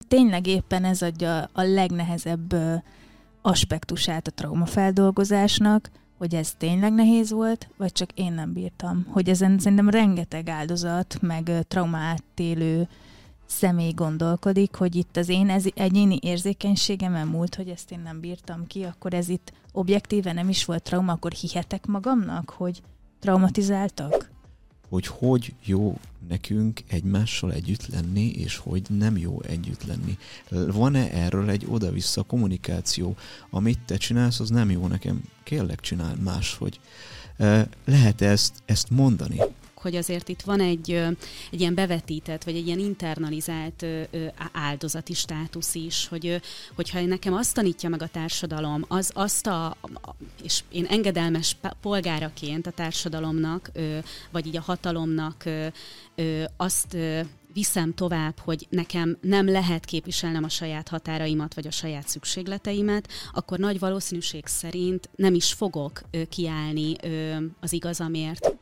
tényleg éppen ez adja a legnehezebb aspektusát a traumafeldolgozásnak, hogy ez tényleg nehéz volt, vagy csak én nem bírtam. Hogy ezen szerintem rengeteg áldozat, meg traumátélő személy gondolkodik, hogy itt az én egyéni érzékenységemen múlt, hogy ezt én nem bírtam ki, akkor ez itt objektíve nem is volt trauma, akkor hihetek magamnak, hogy traumatizáltak? Hogy jó nekünk egymással együtt lenni, és hogy nem jó együtt lenni. Van-e erről egy oda-vissza kommunikáció? Amit te csinálsz, az nem jó nekem. Kérlek, csinál máshogy. Lehet ezt mondani? Hogy azért itt van egy ilyen bevetített, vagy egy ilyen internalizált áldozati státusz is, hogyha nekem azt tanítja meg a társadalom, és én engedelmes polgáraként a társadalomnak, vagy így a hatalomnak azt viszem tovább, hogy nekem nem lehet képviselnem a saját határaimat, vagy a saját szükségleteimet, akkor nagy valószínűség szerint nem is fogok kiállni az igazamért.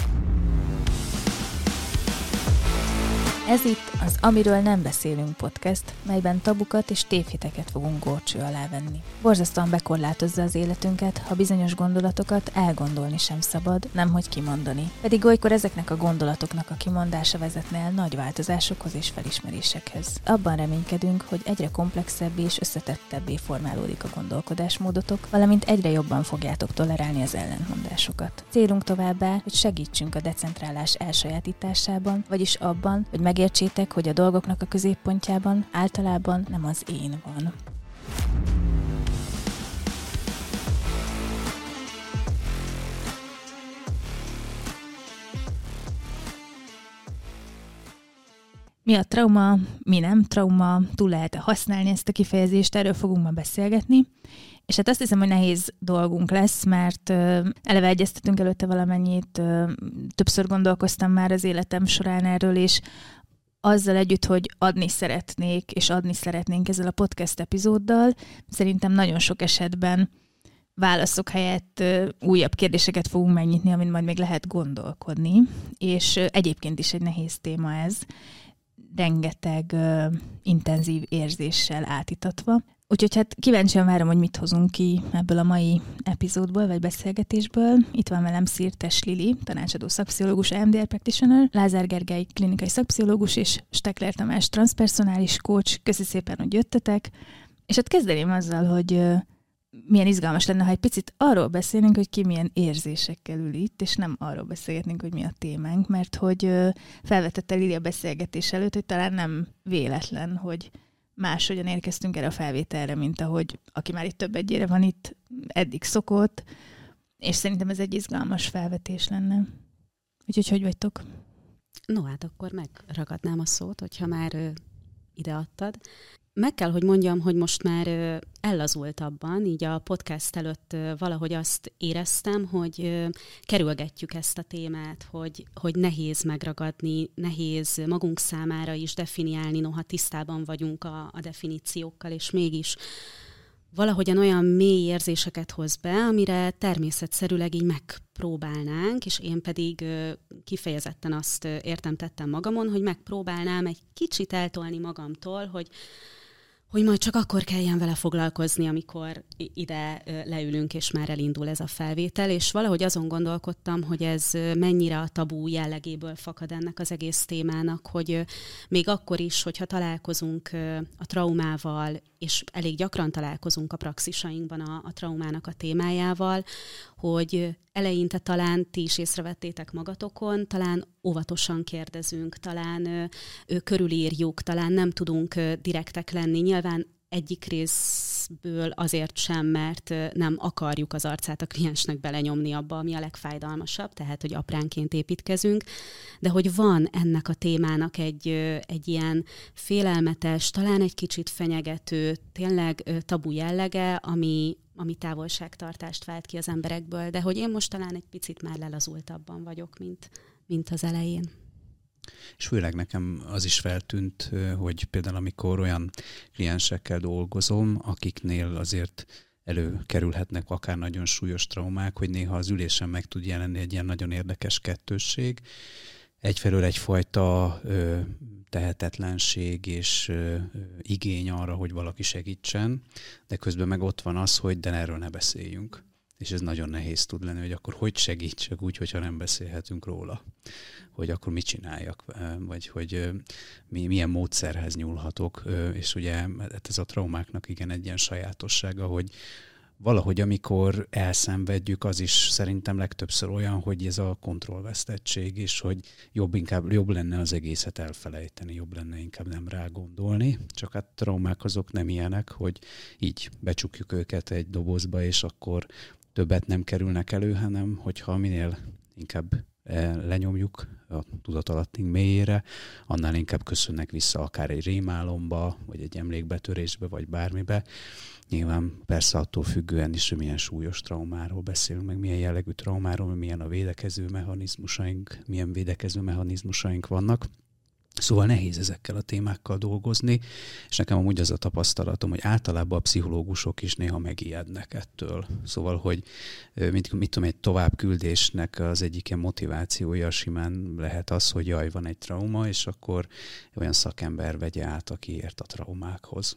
Ez itt az Amiről nem beszélünk podcast, melyben tabukat és tévhiteket fogunk górcső alá venni. Borzasztóan bekorlátozza az életünket, ha bizonyos gondolatokat elgondolni sem szabad, nemhogy kimondani. Pedig olykor ezeknek a gondolatoknak a kimondása vezetne el nagy változásokhoz és felismerésekhez. Abban reménykedünk, hogy egyre komplexebbé és összetettebbé formálódik a gondolkodásmódotok, valamint egyre jobban fogjátok tolerálni az ellentmondásokat. Célunk továbbá, hogy segítsünk a decentrálás elsajátításában, vagyis abban, hogy megértsétek, hogy a dolgoknak a középpontjában általában nem az én van. Mi a trauma, mi nem trauma, túl lehet-e használni ezt a kifejezést, erről fogunk ma beszélgetni. És hát azt hiszem, hogy nehéz dolgunk lesz, mert eleve egyeztetünk előtte valamennyit, többször gondolkoztam már az életem során erről, és azzal együtt, hogy adni szeretnék, és adni szeretnénk ezzel a podcast epizóddal, szerintem nagyon sok esetben válaszok helyett újabb kérdéseket fogunk megnyitni, amin majd még lehet gondolkodni, és egyébként is egy nehéz téma ez, rengeteg intenzív érzéssel átítatva. Úgyhogy hát kíváncsian várom, hogy mit hozunk ki ebből a mai epizódból, vagy beszélgetésből. Itt van velem Szirtes Lili, tanácsadó szakpszichológus, EMDR practitioner, Lázár Gergely, klinikai szakpszichológus, és Stekler Tamás, transzpersonális coach. Köszi szépen, hogy jöttetek. És hát kezdeném azzal, hogy milyen izgalmas lenne, ha egy picit arról beszélnénk, hogy ki milyen érzésekkel ül itt, és nem arról beszélgetnénk, hogy mi a témánk, mert hogy felvetette Lili a beszélgetés előtt, hogy talán nem véletlen, hogy máshogyan érkeztünk erre a felvételre, mint ahogy aki már itt több egyére van itt, eddig szokott, és szerintem ez egy izgalmas felvetés lenne. Úgyhogy hogy vagytok? No, hát akkor megragadnám a szót, hogyha már ide adtad. Meg kell, hogy mondjam, hogy most már ellazultabban, így a podcast előtt valahogy azt éreztem, hogy kerülgetjük ezt a témát, hogy nehéz megragadni, nehéz magunk számára is definiálni, noha tisztában vagyunk a definíciókkal, és mégis valahogyan olyan mély érzéseket hoz be, amire természetszerűleg így megpróbálnánk, és én pedig kifejezetten azt tettem magamon, hogy megpróbálnám egy kicsit eltolni magamtól, hogy majd csak akkor kelljen vele foglalkozni, amikor ide leülünk, és már elindul ez a felvétel, és valahogy azon gondolkodtam, hogy ez mennyire a tabú jellegéből fakad ennek az egész témának, hogy még akkor is, hogyha találkozunk a traumával, és elég gyakran találkozunk a praxisainkban a traumának a témájával, hogy eleinte talán ti is észrevettétek magatokon, talán óvatosan kérdezünk, talán körülírjuk, talán nem tudunk direktek lenni. Nyilván egyik részből azért sem, mert nem akarjuk az arcát a kliensnek belenyomni abba, ami a legfájdalmasabb, tehát, hogy apránként építkezünk, de hogy van ennek a témának egy ilyen félelmetes, talán egy kicsit fenyegető, tényleg tabu jellege, ami távolságtartást vált ki az emberekből, de hogy én most talán egy picit már lelazultabban vagyok, mint az elején. És főleg nekem az is feltűnt, hogy például amikor olyan kliensekkel dolgozom, akiknél azért előkerülhetnek akár nagyon súlyos traumák, hogy néha az ülésen meg tud jelenni egy ilyen nagyon érdekes kettősség. egyfelől egyfajta tehetetlenség és igény arra, hogy valaki segítsen, de közben meg ott van az, hogy de erről ne beszéljünk. És ez nagyon nehéz tud lenni, hogy akkor hogy segítsek úgy, hogyha nem beszélhetünk róla. Hogy akkor mit csináljak, vagy hogy milyen módszerhez nyúlhatok. És ugye ez a traumáknak igen egy ilyen sajátossága, hogy valahogy amikor elszenvedjük, az is szerintem legtöbbször olyan, hogy ez a kontrollvesztettség is, hogy jobb lenne az egészet elfelejteni, jobb lenne inkább nem rá gondolni. Csak hát traumák azok nem ilyenek, hogy így becsukjuk őket egy dobozba, és akkor többet nem kerülnek elő, hanem hogyha minél inkább lenyomjuk a tudatalattunk mélyére, annál inkább köszönnek vissza akár egy rémálomba, vagy egy emlékbetörésbe, vagy bármibe. Nyilván persze attól függően is, hogy milyen súlyos traumáról beszélünk, meg milyen jellegű traumáról, meg milyen a védekező mechanizmusaink, milyen védekező mechanizmusaink vannak. Szóval nehéz ezekkel a témákkal dolgozni, és nekem amúgy az a tapasztalatom, hogy általában a pszichológusok is néha megijednek ettől. Szóval, hogy mit tudom, egy továbbküldésnek az egyik ilyen motivációja simán lehet az, hogy jaj, van egy trauma, és akkor olyan szakember vegye át, aki ért a traumákhoz.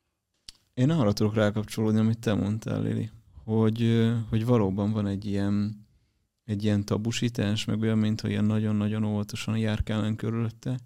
Én arra tudok rákapcsolódni, amit te mondtál, Lili, hogy valóban van egy ilyen tabusítás, meg olyan, mintha ilyen nagyon-nagyon óvatosan járkálnánk körülötte.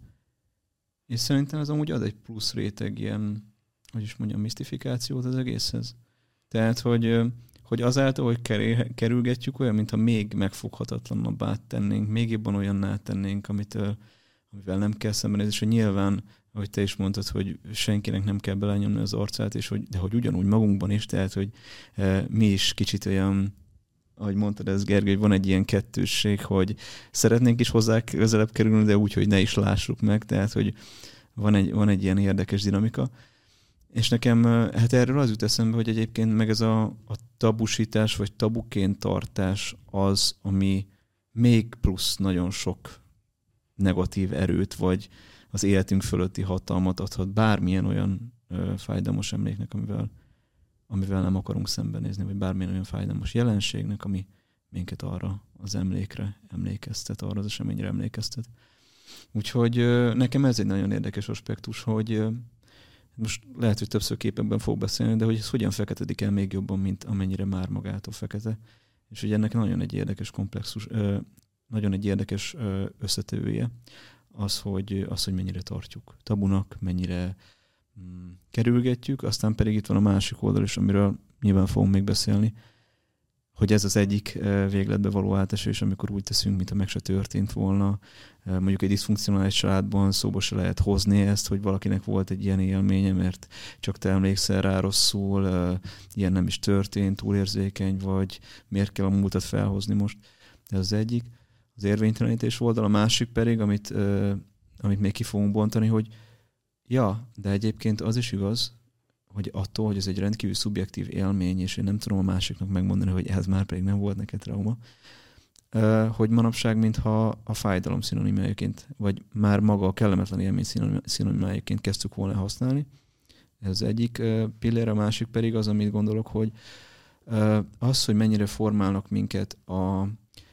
És szerintem ez amúgy ad egy plusz réteg ilyen, hogy is mondjam, misztifikációt az egészhez. Tehát, hogy azáltal, hogy kerülgetjük, olyan, mintha még megfoghatatlanabbá tennénk, még jobban olyanná tennénk, amivel nem kell szembenézni, és hogy nyilván, ahogy te is mondtad, hogy senkinek nem kell belenyomni az arcát, és de hogy ugyanúgy magunkban is, tehát, hogy mi is kicsit olyan, ahogy mondtad ez, Gergely, hogy van egy ilyen kettősség, hogy szeretnénk is hozzá közelebb kerülni, de úgy, hogy ne is lássuk meg, tehát, hogy van egy ilyen érdekes dinamika. És nekem hát erről az jut eszembe, hogy egyébként meg ez a tabusítás, vagy tabuként tartás az, ami még plusz nagyon sok negatív erőt, vagy az életünk fölötti hatalmat adhat bármilyen olyan fájdalmas emléknek, amivel nem akarunk szembenézni, vagy bármilyen olyan fájdalmas jelenségnek, ami minket arra az emlékre emlékeztet, arra az eseményre emlékeztet. Úgyhogy nekem ez egy nagyon érdekes aspektus, hogy most lehet, hogy többször képekben fog beszélni, de hogy ez hogyan feketedik el még jobban, mint amennyire már magától fekete. És hogy ennek nagyon egy érdekes komplexus, nagyon egy érdekes összetevője az, hogy mennyire tartjuk tabunak, mennyire kerülgetjük, aztán pedig itt van a másik oldal is, amiről nyilván fogunk még beszélni, hogy ez az egyik végletbe való átesés, amikor úgy teszünk, mintha meg se történt volna. Mondjuk egy diszfunkcionális családban szóba se lehet hozni ezt, hogy valakinek volt egy ilyen élménye, mert csak te emlékszel rá rosszul, ilyen nem is történt, túlérzékeny vagy, miért kell a múltat felhozni most. Ez az egyik, az érvénytelenítés oldal, a másik pedig, amit még ki fogunk bontani, hogy ja, de egyébként az is igaz, hogy attól, hogy ez egy rendkívül szubjektív élmény, és én nem tudom a másiknak megmondani, hogy ez már pedig nem volt neked trauma, hogy manapság mintha a fájdalom szinonimájaként, vagy már maga a kellemetlen élmény szinonimájaként kezdtük volna használni. Ez az egyik pillér, a másik pedig az, amit gondolok, hogy az, hogy mennyire formálnak minket a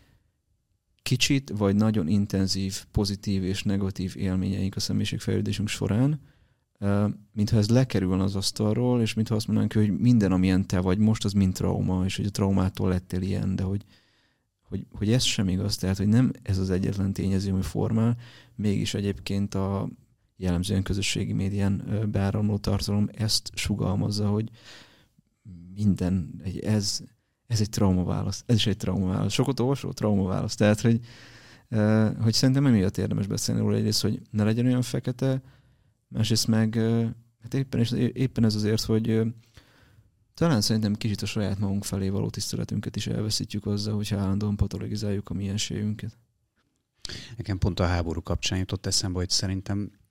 kicsit, vagy nagyon intenzív, pozitív és negatív élményeink a személyiségfejlődésünk során, mintha ez lekerül az asztalról, és mintha azt mondanánk, hogy minden, amilyen te vagy most, az mind trauma, és hogy a traumától lettél ilyen, de hogy ez sem igaz, tehát hogy nem ez az egyetlen tényező, ami formál, mégis egyébként a jellemzően közösségi médián beáramló tartalom ezt sugalmazza, hogy minden, ez egy traumaválasz, ez is egy traumaválasz. Sokat olvasó traumaválasz, tehát hogy szerintem emiatt érdemes beszélni róla egyrészt, hogy ne legyen olyan fekete, másrészt meg hát éppen ez azért, hogy talán szerintem kicsit a saját magunk felé való tiszteletünket is elveszítjük azzal, hogyha állandóan patologizáljuk a mienségünket. Nekem pont a háború kapcsán jutott eszembe, hogy szerintem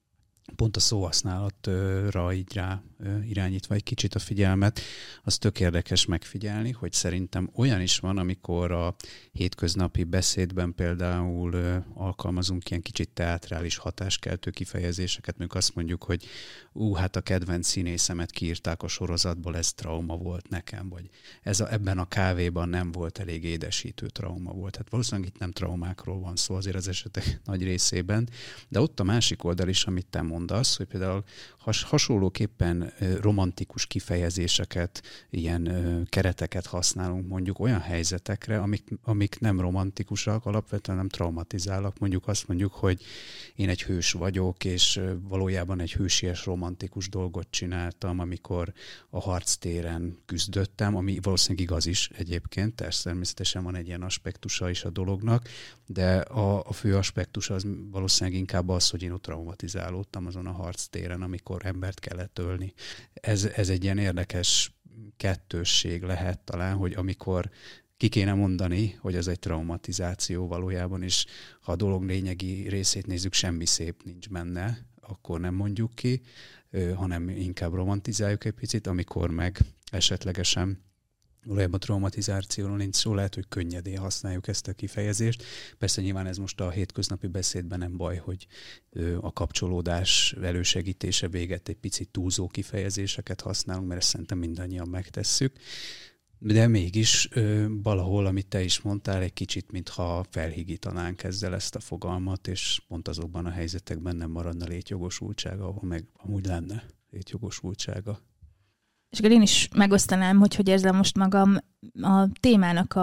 pont a szóhasználatra így rá irányítva egy kicsit a figyelmet, az tök érdekes megfigyelni, hogy szerintem olyan is van, amikor a hétköznapi beszédben például alkalmazunk ilyen kicsit teátrális hatáskeltő kifejezéseket, mondjuk azt mondjuk, hogy hát a kedvenc színészemet kiírták a sorozatból, ez trauma volt nekem, vagy ebben a kávéban nem volt elég édesítő, trauma volt. Hát valószínűleg itt nem traumákról van szó azért az esetek nagy részében, de ott a másik oldal is, amit te mondasz, hogy például hasonlóképpen romantikus kifejezéseket, ilyen kereteket használunk mondjuk olyan helyzetekre, amik nem romantikusak, alapvetően nem traumatizálnak. Mondjuk azt mondjuk, hogy én egy hős vagyok, és valójában egy hősies romantikus dolgot csináltam, amikor a harctéren küzdöttem, ami valószínűleg igaz is egyébként, természetesen van egy ilyen aspektusa is a dolognak, de a fő aspektus az valószínűleg inkább az, hogy én ott traumatizálódtam azon a harctéren, amikor embert kellett ölni. Ez egy ilyen érdekes kettősség lehet talán, hogy amikor ki kéne mondani, hogy ez egy traumatizáció valójában, és ha a dolog lényegi részét nézzük, semmi szép nincs benne, akkor nem mondjuk ki, hanem inkább romantizáljuk egy picit, amikor meg esetlegesen valójában traumatizációról nincs szó, lehet, hogy könnyedén használjuk ezt a kifejezést. Persze nyilván ez most a hétköznapi beszédben nem baj, hogy a kapcsolódás elősegítése véget egy picit túlzó kifejezéseket használunk, mert ezt szerintem mindannyian megtesszük. De mégis valahol, amit te is mondtál, egy kicsit, mintha felhigítanánk ezzel ezt a fogalmat, és pont azokban a helyzetekben nem maradna létjogosultsága, ahol meg amúgy lenne létjogosultsága. És akkor én is megosztanám, hogy érzem most magam a témának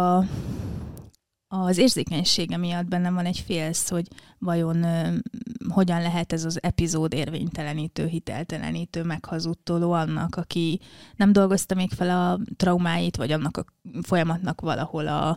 az érzékenysége miatt bennem van egy félsz, hogy vajon hogyan lehet ez az epizód érvénytelenítő, hiteltelenítő, meghazudtoló annak, aki nem dolgozta még fel a traumáit, vagy annak a folyamatnak valahol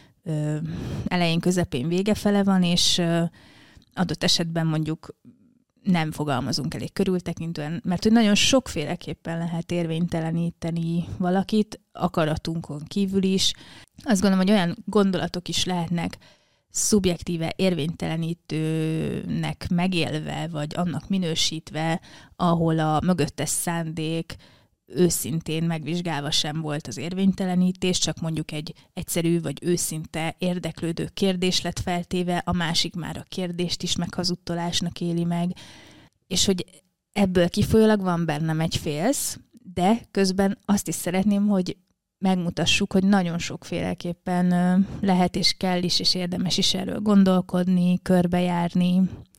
elején, közepén, vége fele van, és adott esetben mondjuk nem fogalmazunk elég körültekintően, mert hogy nagyon sokféleképpen lehet érvényteleníteni valakit, akaratunkon kívül is. Azt gondolom, hogy olyan gondolatok is lehetnek szubjektíve érvénytelenítőnek megélve, vagy annak minősítve, ahol a mögöttes szándék őszintén megvizsgálva sem volt az érvénytelenítés, csak mondjuk egy egyszerű vagy őszinte érdeklődő kérdés lett feltéve, a másik már a kérdést is meghazudtolásnak éli meg, és hogy ebből kifolyólag van bennem egy félsz, de közben azt is szeretném, hogy megmutassuk, hogy nagyon sokféleképpen lehet és kell is, és érdemes is erről gondolkodni, körbejárni.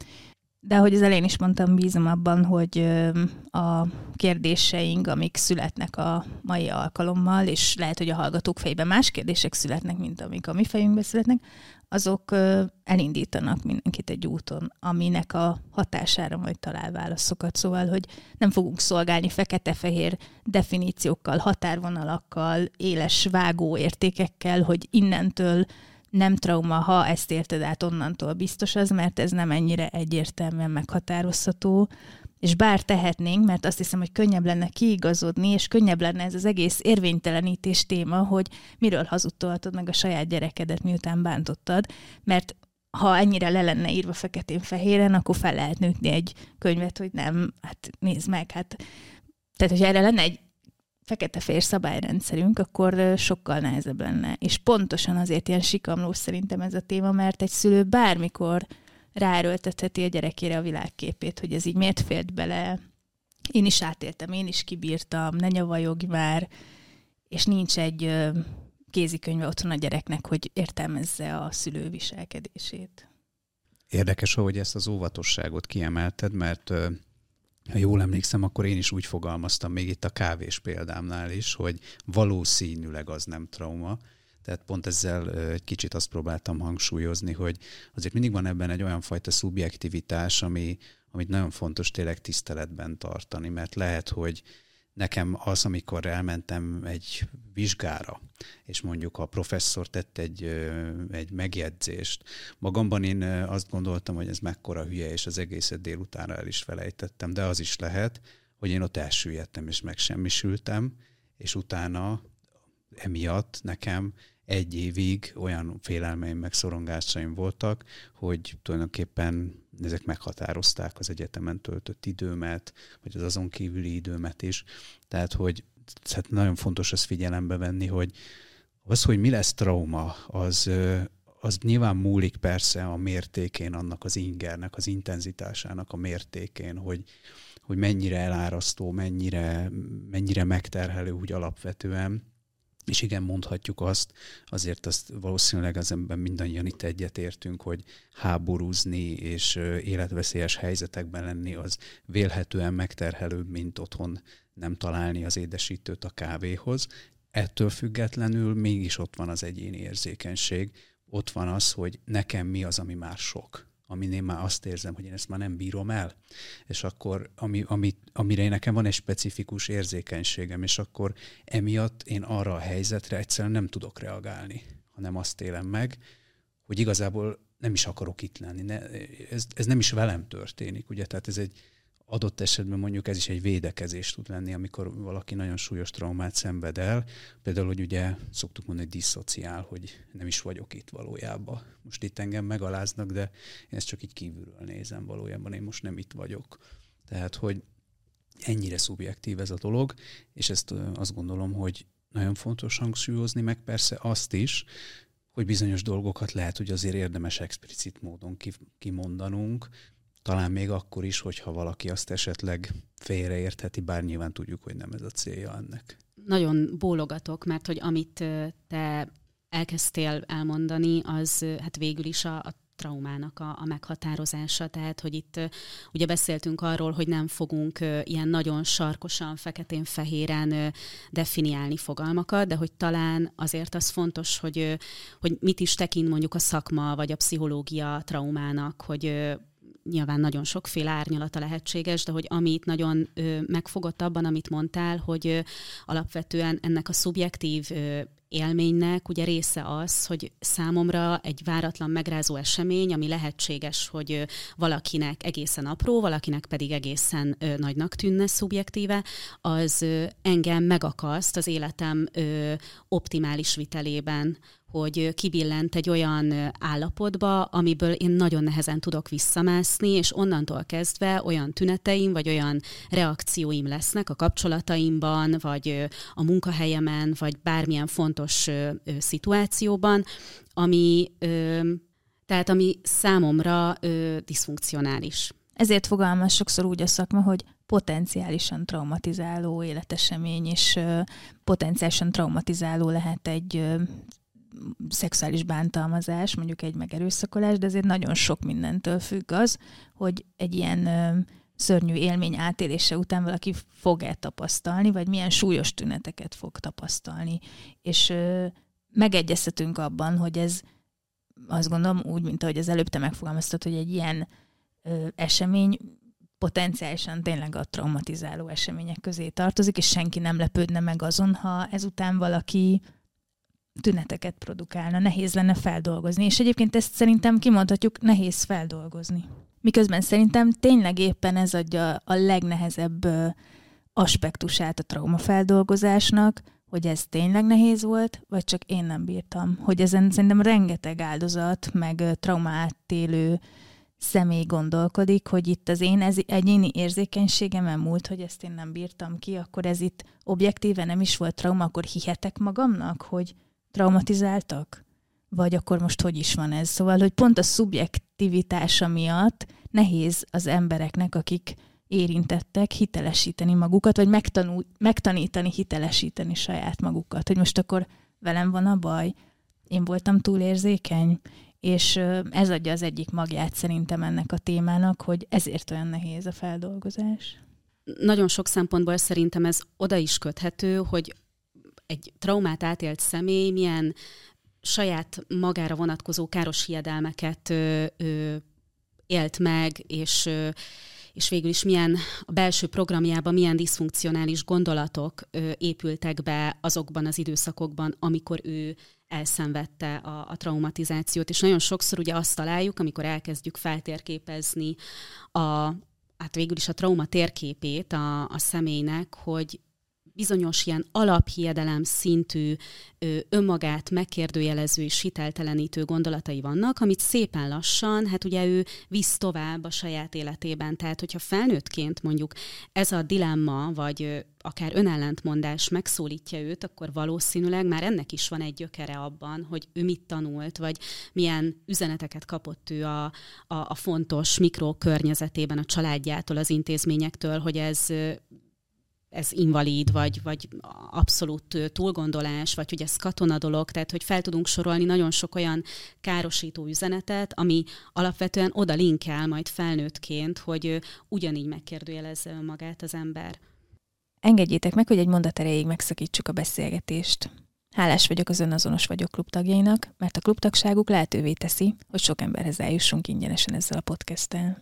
De ahogy az elején is mondtam, bízom abban, hogy a kérdéseink, amik születnek a mai alkalommal, és lehet, hogy a hallgatók fejében más kérdések születnek, mint amik a mi fejünkben születnek, azok elindítanak mindenkit egy úton, aminek a hatására majd talál válaszokat. Szóval, hogy nem fogunk szolgálni fekete-fehér definíciókkal, határvonalakkal, éles vágóértékekkel, hogy innentől nem trauma, ha ezt érted át, onnantól biztos az, mert ez nem ennyire egyértelműen meghatározható. És bár tehetnénk, mert azt hiszem, hogy könnyebb lenne kiigazodni, és könnyebb lenne ez az egész érvénytelenítés téma, hogy miről hazudtolhatod meg a saját gyerekedet, miután bántottad, mert ha ennyire le lenne írva feketén-fehéren, akkor fel lehet nőtni egy könyvet, hogy nem, hát nézd meg, hát tehát, hogyha erre lenne egy fekete-fehér szabályrendszerünk, akkor sokkal nehezebb lenne. És pontosan azért ilyen sikamlós szerintem ez a téma, mert egy szülő bármikor ráerőltetheti a gyerekére a világképét, hogy ez így miért félt bele, én is átéltem, én is kibírtam, ne nyavajogj már, és nincs egy kézikönyve otthon a gyereknek, hogy értelmezze a szülő viselkedését. Érdekes, hogy ezt az óvatosságot kiemelted, mert ha jól emlékszem, akkor én is úgy fogalmaztam még itt a kávés példámnál is, hogy valószínűleg az nem trauma. Tehát pont ezzel egy kicsit azt próbáltam hangsúlyozni, hogy azért mindig van ebben egy olyan fajta szubjektivitás, amit nagyon fontos tényleg tiszteletben tartani, mert lehet, hogy nekem az, amikor elmentem egy vizsgára, és mondjuk a professzor tett egy megjegyzést, magamban én azt gondoltam, hogy ez mekkora hülye, és az egészet délutánra el is felejtettem, de az is lehet, hogy én ott elsüllyedtem, és megsemmisültem, és utána emiatt nekem 1 évig olyan félelmeim meg szorongásaim voltak, hogy tulajdonképpen ezek meghatározták az egyetemen töltött időmet, vagy az azon kívüli időmet is. Tehát nagyon fontos ezt figyelembe venni, hogy hogy mi lesz trauma, az nyilván múlik persze a mértékén, annak az ingernek, az intenzitásának a mértékén, hogy mennyire elárasztó, mennyire megterhelő úgy alapvetően. És igen, mondhatjuk azért azt valószínűleg az ember mindannyian itt egyetértünk, hogy háborúzni és életveszélyes helyzetekben lenni az vélhetően megterhelőbb, mint otthon nem találni az édesítőt a kávéhoz. Ettől függetlenül mégis ott van az egyéni érzékenység, ott van az, hogy nekem mi az, ami már sok, amin én már azt érzem, hogy én ezt már nem bírom el, és akkor amire nekem van egy specifikus érzékenységem, és akkor emiatt én arra a helyzetre egyszerűen nem tudok reagálni, hanem azt élem meg, hogy igazából nem is akarok itt lenni. Ez nem is velem történik, ugye? Tehát ez egy adott esetben mondjuk ez is egy védekezés tud lenni, amikor valaki nagyon súlyos traumát szenved el. Például, hogy ugye szoktuk mondani, hogy disszociál, hogy nem is vagyok itt valójában. Most itt engem megaláznak, de én ezt csak így kívülről nézem valójában, én most nem itt vagyok. Tehát, hogy ennyire szubjektív ez a dolog, és ezt azt gondolom, hogy nagyon fontos hangsúlyozni, meg persze azt is, hogy bizonyos dolgokat lehet, hogy azért érdemes explicit módon kimondanunk, talán még akkor is, hogyha valaki azt esetleg félreértheti, bár nyilván tudjuk, hogy nem ez a célja ennek. Nagyon bólogatok, mert hogy amit te elkezdtél elmondani, az hát végül is a traumának a meghatározása. Tehát, hogy itt ugye beszéltünk arról, hogy nem fogunk ilyen nagyon sarkosan, feketén-fehéren definiálni fogalmakat, de hogy talán azért az fontos, hogy mit is tekint mondjuk a szakma vagy a pszichológia traumának, hogy nyilván nagyon sokféle árnyalata lehetséges, de hogy amit nagyon megfogott abban, amit mondtál, hogy alapvetően ennek a szubjektív élménynek ugye része az, hogy számomra egy váratlan megrázó esemény, ami lehetséges, hogy valakinek egészen apró, valakinek pedig egészen nagynak tűnne szubjektíve, az engem megakaszt az életem optimális vitelében, hogy kibillent egy olyan állapotba, amiből én nagyon nehezen tudok visszamászni, és onnantól kezdve olyan tüneteim, vagy olyan reakcióim lesznek a kapcsolataimban, vagy a munkahelyemen, vagy bármilyen fontos szituációban, ami számomra diszfunkcionális. Ezért fogalmaz sokszor úgy a szakma, hogy potenciálisan traumatizáló életesemény, és potenciálisan traumatizáló lehet egy szexuális bántalmazás, mondjuk egy megerőszakolás, de azért nagyon sok mindentől függ az, hogy egy ilyen szörnyű élmény átélése után valaki fog-e tapasztalni, vagy milyen súlyos tüneteket fog tapasztalni. És megegyeztetünk abban, hogy ez, azt gondolom úgy, mint ahogy az előbb te megfogalmaztad, hogy egy ilyen esemény potenciálisan tényleg a traumatizáló események közé tartozik, és senki nem lepődne meg azon, ha ezután valaki tüneteket produkálna, nehéz lenne feldolgozni. És egyébként ezt szerintem kimondhatjuk, nehéz feldolgozni. Miközben szerintem tényleg éppen ez adja a legnehezebb aspektusát a traumafeldolgozásnak, hogy ez tényleg nehéz volt, vagy csak én nem bírtam. Hogy ezen szerintem rengeteg áldozat, meg traumát élő személy gondolkodik, hogy itt az én egyéni érzékenységemen múlt, hogy ezt én nem bírtam ki, akkor ez itt objektíve nem is volt trauma, akkor hihetek magamnak, hogy traumatizáltak? Vagy akkor most hogy is van ez? Szóval, hogy pont a szubjektivitása miatt nehéz az embereknek, akik érintettek, hitelesíteni magukat, vagy megtanítani, hitelesíteni saját magukat. Hogy most akkor velem van a baj, én voltam túl érzékeny, és ez adja az egyik magját szerintem ennek a témának, hogy ezért olyan nehéz a feldolgozás. Nagyon sok szempontból szerintem ez oda is köthető, hogy egy traumát átélt személy milyen saját magára vonatkozó káros hiedelmeket élt meg, és végül is milyen a belső programjában milyen diszfunkcionális gondolatok épültek be azokban az időszakokban, amikor ő elszenvedte a traumatizációt. És nagyon sokszor ugye azt találjuk, amikor elkezdjük feltérképezni hát végül is a trauma térképét a személynek, hogy bizonyos ilyen alaphiedelem szintű, önmagát megkérdőjelező és hiteltelenítő gondolatai vannak, amit szépen lassan, hát ugye ő visz tovább a saját életében. Tehát, hogyha felnőttként mondjuk ez a dilemma, vagy akár önellentmondás megszólítja őt, akkor valószínűleg már ennek is van egy gyökere abban, hogy ő mit tanult, vagy milyen üzeneteket kapott ő a fontos mikrokörnyezetében, a családjától, az intézményektől, hogy ez invalid, vagy abszolút túlgondolás, vagy hogy ez katona dolog, tehát hogy fel tudunk sorolni nagyon sok olyan károsító üzenetet, ami alapvetően oda linkel majd felnőttként, hogy ugyanígy megkérdőjelezze önmagát az ember. Engedjétek meg, hogy egy mondat erejéig megszakítsuk a beszélgetést. Hálás vagyok az Önazonos Vagyok klub tagjainak, mert a klubtagságuk lehetővé teszi, hogy sok emberhez eljussunk ingyenesen ezzel a podcasttel.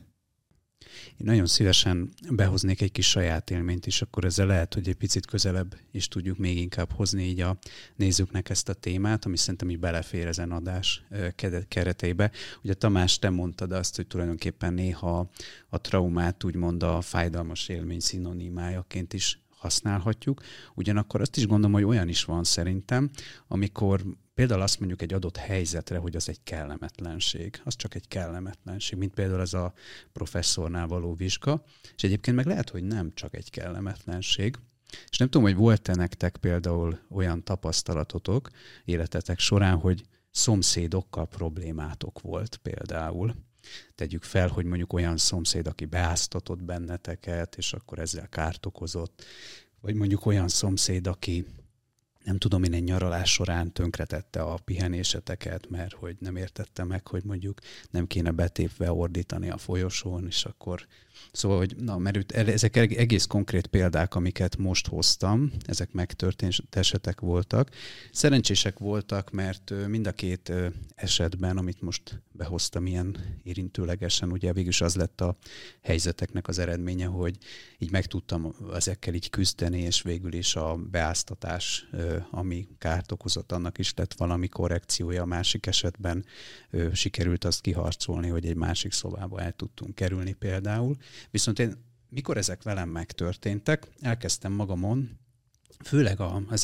Én nagyon szívesen behoznék egy kis saját élményt is, akkor ezzel lehet, hogy egy picit közelebb is tudjuk még inkább hozni így a nézőknek ezt a témát, ami szerintem így belefér ezen adás kereteibe. Ugye Tamás, te mondtad azt, hogy tulajdonképpen néha a traumát úgymond a fájdalmas élmény szinonimájaként is használhatjuk. Ugyanakkor azt is gondolom, hogy olyan is van szerintem, amikor például azt mondjuk egy adott helyzetre, hogy az egy kellemetlenség. Az csak egy kellemetlenség, mint például ez a professzornál való vizsga. És egyébként meg lehet, hogy nem csak egy kellemetlenség. És nem tudom, hogy volt-e nektek például olyan tapasztalatotok életetek során, hogy szomszédokkal problémátok volt például. Tegyük fel, hogy mondjuk olyan szomszéd, aki beáztatott benneteket, és akkor ezzel kárt okozott. Vagy mondjuk olyan szomszéd, aki nem tudom, én egy nyaralás során tönkretette a pihenéseteket, mert hogy nem értette meg, hogy mondjuk nem kéne betépve ordítani a folyosón, és akkor... Szóval, hogy mert ezek egész konkrét példák, amiket most hoztam, ezek megtörtént esetek voltak. Szerencsések voltak, mert mind a két esetben, amit most behoztam ilyen érintőlegesen, ugye végülis az lett a helyzeteknek az eredménye, hogy így meg tudtam ezekkel így küzdeni, és végül is a beáztatás, ami kárt okozott, annak is lett valami korrekciója. A másik esetben sikerült azt kiharcolni, hogy egy másik szobába el tudtunk kerülni például. Viszont én, mikor ezek velem megtörténtek, elkezdtem magamon, főleg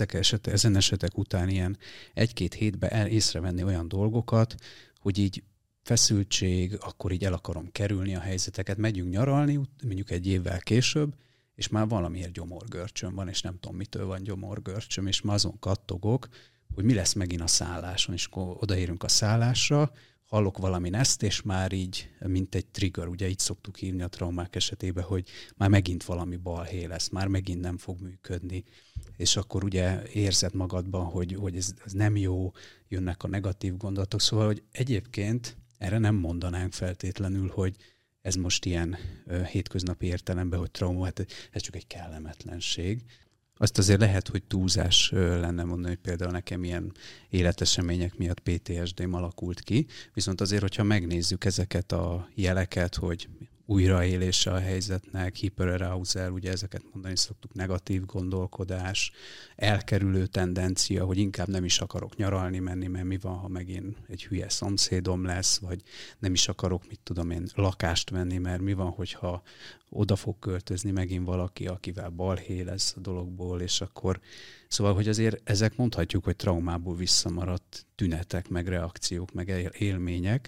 ezen esetek után ilyen 1-2 hétben észrevenni olyan dolgokat, hogy így feszültség, akkor így el akarom kerülni a helyzeteket, megyünk nyaralni, mondjuk egy évvel később, és már valamiért gyomorgörcsöm van, és nem tudom, mitől van gyomorgörcsöm, és már azon kattogok, hogy mi lesz megint a szálláson, és akkor odaérünk a szállásra, hallok valami ezt, és már így, mint egy trigger, ugye így szoktuk hívni a traumák esetében, hogy már megint valami balhé lesz, már megint nem fog működni, és akkor ugye érzed magadban, hogy ez nem jó, jönnek a negatív gondolatok, szóval, hogy egyébként erre nem mondanánk feltétlenül, hogy ez most ilyen hétköznapi értelemben, hogy trauma, hát ez csak egy kellemetlenség. Azt azért lehet, hogy túlzás lenne mondani, hogy például nekem ilyen életesemények miatt PTSD-m alakult ki, viszont azért, hogyha megnézzük ezeket a jeleket, hogy újraélése a helyzetnek, hiperarousal, ugye ezeket mondani szoktuk, negatív gondolkodás, elkerülő tendencia, hogy inkább nem is akarok nyaralni menni, mert mi van, ha megint egy hülye szomszédom lesz, vagy nem is akarok, mit tudom én, lakást venni, mert mi van, hogyha oda fog költözni megint valaki, akivel balhé lesz a dologból, és akkor... Szóval, hogy azért ezek mondhatjuk, hogy traumából visszamaradt tünetek, meg reakciók, meg élmények,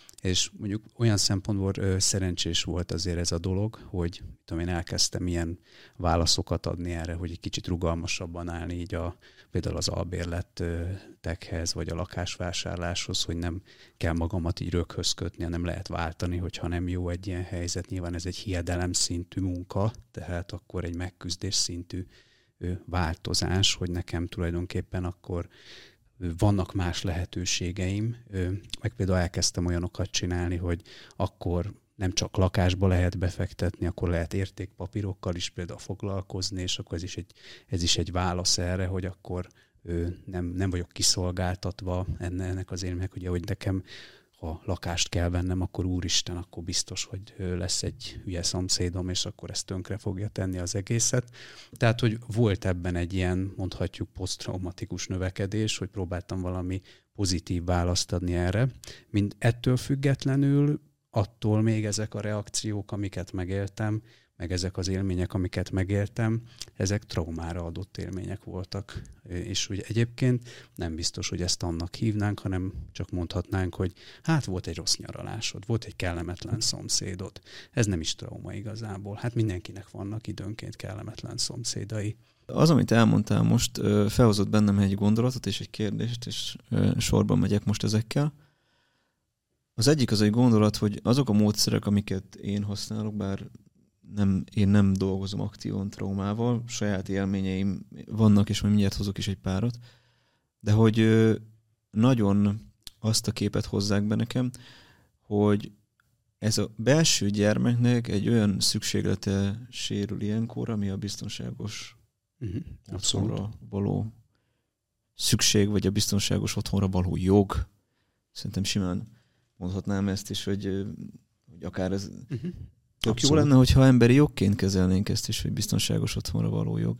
és mondjuk olyan szempontból szerencsés volt azért ez a dolog, hogy tudom, én elkezdtem ilyen válaszokat adni erre, hogy egy kicsit rugalmasabban állni így például az albérletekhez, vagy a lakásvásárláshoz, hogy nem kell magamat így röghöz kötni, hanem lehet váltani, hogyha nem jó egy ilyen helyzet. Nyilván ez egy hiedelem szintű munka, tehát akkor egy megküzdés szintű változás, hogy nekem tulajdonképpen akkor vannak más lehetőségeim, meg például elkezdtem olyanokat csinálni, hogy akkor nem csak lakásba lehet befektetni, akkor lehet értékpapírokkal is például foglalkozni, és akkor ez is egy válasz erre, hogy akkor nem vagyok kiszolgáltatva ennek az élménynek, ugye, hogy nekem ha lakást kell vennem, akkor úristen, akkor biztos, hogy lesz egy hülye szomszédom, és akkor ezt tönkre fogja tenni az egészet. Tehát, hogy volt ebben egy ilyen, mondhatjuk, poszttraumatikus növekedés, hogy próbáltam valami pozitív választ adni erre. Mind ettől függetlenül, attól még ezek a reakciók, amiket megéltem, meg ezek az élmények, amiket megéltem, ezek traumára adott élmények voltak. És ugye egyébként nem biztos, hogy ezt annak hívnánk, hanem csak mondhatnánk, hogy hát volt egy rossz nyaralásod, volt egy kellemetlen szomszédod. Ez nem is trauma igazából. Hát mindenkinek vannak időnként kellemetlen szomszédai. Az, amit elmondtál most, felhozott bennem egy gondolatot és egy kérdést, és sorban megyek most ezekkel. Az egyik az egy gondolat, hogy azok a módszerek, amiket én használok, bár én nem dolgozom aktívan traumával, saját élményeim vannak, és majd mindjárt hozok is egy párat, de hogy nagyon azt a képet hozzák be nekem, hogy ez a belső gyermeknek egy olyan szükséglete sérül ilyenkor, ami a biztonságos otthonra való szükség, vagy a biztonságos otthonra való jog. Szerintem simán mondhatnám ezt is, hogy akár ez tök jó lenne, hogyha emberi jogként kezelnénk ezt is, hogy biztonságos otthonra való jog.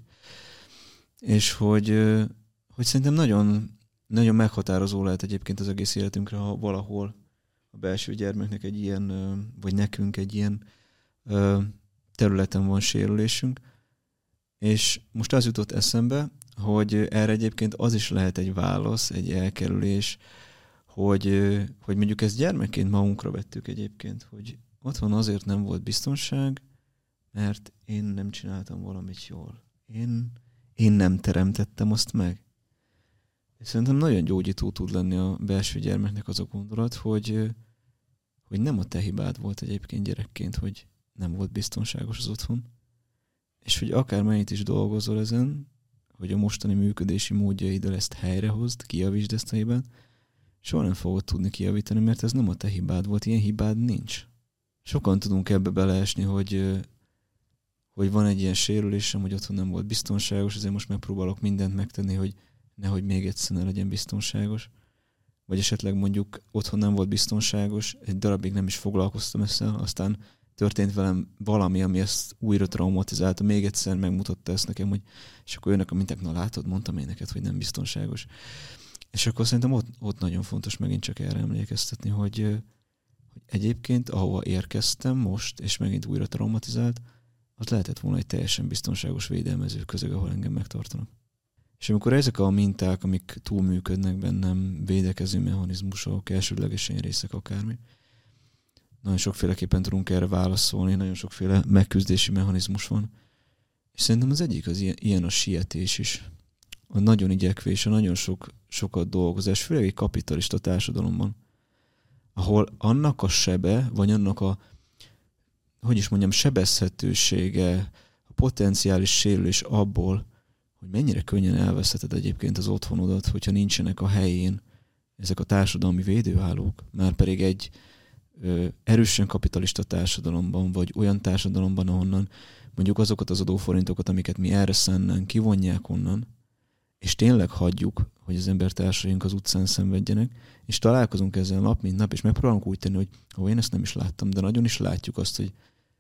És hogy szerintem nagyon, nagyon meghatározó lehet egyébként az egész életünkre, ha valahol a belső gyermeknek egy ilyen, vagy nekünk egy ilyen területen van sérülésünk. És most az jutott eszembe, hogy erre egyébként az is lehet egy válasz, egy elkerülés, hogy mondjuk ezt gyermekként magunkra vettük egyébként, hogy otthon azért nem volt biztonság, mert én nem csináltam valamit jól. Én nem teremtettem azt meg. És szerintem nagyon gyógyító tud lenni a belső gyermeknek az a gondolat, hogy nem a te hibád volt egyébként gyerekként, hogy nem volt biztonságos az otthon, és hogy akármennyit is dolgozol ezen, hogy a mostani működési módjaiddal ezt helyrehozd, kijavítsd ezt a hibát, soha nem fogod tudni kijavítani, mert ez nem a te hibád volt, ilyen hibád nincs. Sokan tudunk ebbe beleesni, hogy van egy ilyen sérülésem, hogy otthon nem volt biztonságos, ezért most megpróbálok mindent megtenni, hogy nehogy még egyszer ne legyen biztonságos. Vagy esetleg mondjuk otthon nem volt biztonságos, egy darabig nem is foglalkoztam ezzel, aztán történt velem valami, ami ezt újra traumatizálta, még egyszer megmutatta ezt nekem, hogy és akkor jönnek a minták, na látod, mondtam én neked, hogy nem biztonságos. És akkor szerintem ott nagyon fontos megint csak erre emlékeztetni, hogy egyébként ahova érkeztem most, és megint újra traumatizált, az lehetett volna egy teljesen biztonságos védelmező közeg, ahol engem megtartanak. És amikor ezek a minták, amik túlműködnek bennem, védekező mechanizmusok, elsődlegesen részek, akármi, nagyon sokféleképpen tudunk erre válaszolni, nagyon sokféle megküzdési mechanizmus van. És szerintem az egyik az ilyen a sietés is. A nagyon igyekvés, a nagyon sokat dolgozás, főleg egy kapitalista társadalomban, ahol annak a sebe, vagy annak a, sebezhetősége, a potenciális sérülés abból, hogy mennyire könnyen elveszheted egyébként az otthonodat, hogyha nincsenek a helyén ezek a társadalmi védőhálók, már pedig egy erősen kapitalista társadalomban, vagy olyan társadalomban, ahonnan mondjuk azokat az adóforintokat, amiket mi erre szánnánk, kivonják onnan, és tényleg hagyjuk, hogy az embertársaink az utcán szenvedjenek, és találkozunk ezzel nap, mint nap, és megpróbálunk úgy tenni, hogy én ezt nem is láttam, de nagyon is látjuk azt, hogy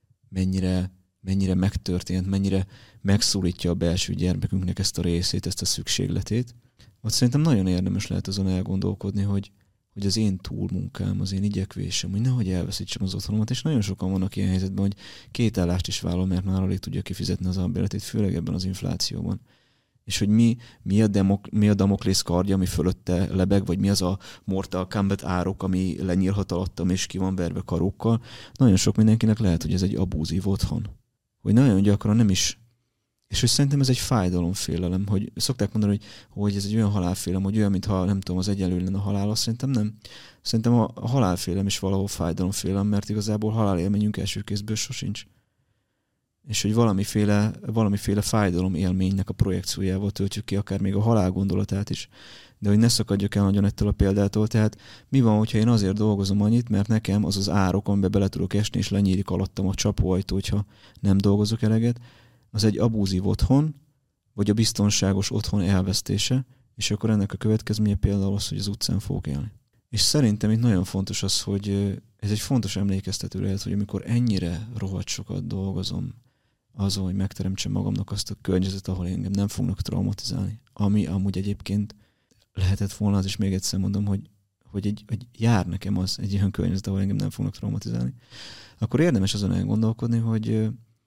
mennyire megtörtént, mennyire megszólítja a belső gyermekünknek ezt a részét, ezt a szükségletét. Ott szerintem nagyon érdemes lehet azon elgondolkodni, hogy az én túlmunkám, az én igyekvésem, hogy nehogy elveszítsem az otthonomat, és nagyon sokan vannak ilyen helyzetben, hogy 2 állást is vállal, mert már alig tudja kifizetni az albérletét, főleg ebben az inflációban. És hogy mi a Damoklész kardja, ami fölötte lebeg, vagy mi az a Mortal Kombat árok, ami lenyílhat alattam, és ki van verve karókkal. Nagyon sok mindenkinek lehet, hogy ez egy abúzív otthon. Hogy nagyon gyakran nem is. És hogy szerintem ez egy fájdalomfélelem, hogy szokták mondani, hogy ez egy olyan halálfélelem, hogy olyan, mintha nem tudom, az egyenlő lenne a halál, azt szerintem nem. Szerintem a halálfélelem is valahol fájdalomfélelem, mert igazából halálélményünk első kézből sosincs. És hogy valamiféle fájdalom élménynek a projekciójával töltjük ki, akár még a halál gondolatát is. De hogy ne szakadjak el nagyon ettől a példától, tehát mi van, hogyha én azért dolgozom annyit, mert nekem az árok, amiben bele tudok esni, és lenyílik alattam a csapóajtó, hogyha nem dolgozok eleget, az egy abúzív otthon, vagy a biztonságos otthon elvesztése, és akkor ennek a következménye például az, hogy az utcán fogok élni. És szerintem itt nagyon fontos az, hogy ez egy fontos emlékeztető lehet, hogy amikor ennyire rohadt sokat dolgozom azon, hogy megteremtsem magamnak azt a környezetet, ahol engem nem fognak traumatizálni, ami amúgy egyébként lehetett volna, az is még egyszer mondom, hogy jár nekem az egy olyan környezet, ahol engem nem fognak traumatizálni, akkor érdemes azon elgondolkodni, hogy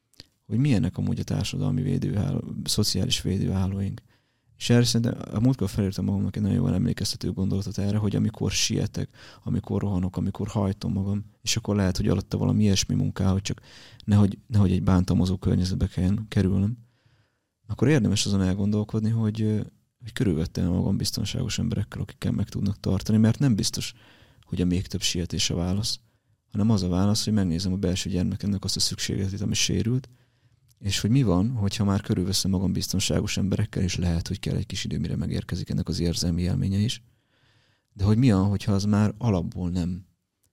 hogy milyenek amúgy a társadalmi szociális védőhálóink. És erre szerintem a múltkor felírtam magamnak egy nagyon jól emlékeztető gondolatot erre, hogy amikor sietek, amikor rohanok, amikor hajtom magam, és akkor lehet, hogy alatta valami ilyesmi munkál, hogy csak nehogy egy bántalmazó környezetbe kelljen kerülnöm, akkor érdemes azon elgondolkodni, hogy körülvettem magam biztonságos emberekkel, akikkel meg tudnak tartani, mert nem biztos, hogy a még több sietés a válasz, hanem az a válasz, hogy megnézem a belső gyermekemnek azt a szükségletét, ami sérült, és hogy mi van, hogyha már körülveszem magam biztonságos emberekkel, és lehet, hogy kell egy kis idő, mire megérkezik ennek az érzelmi élménye is. De hogy mi van, hogyha az már alapból nem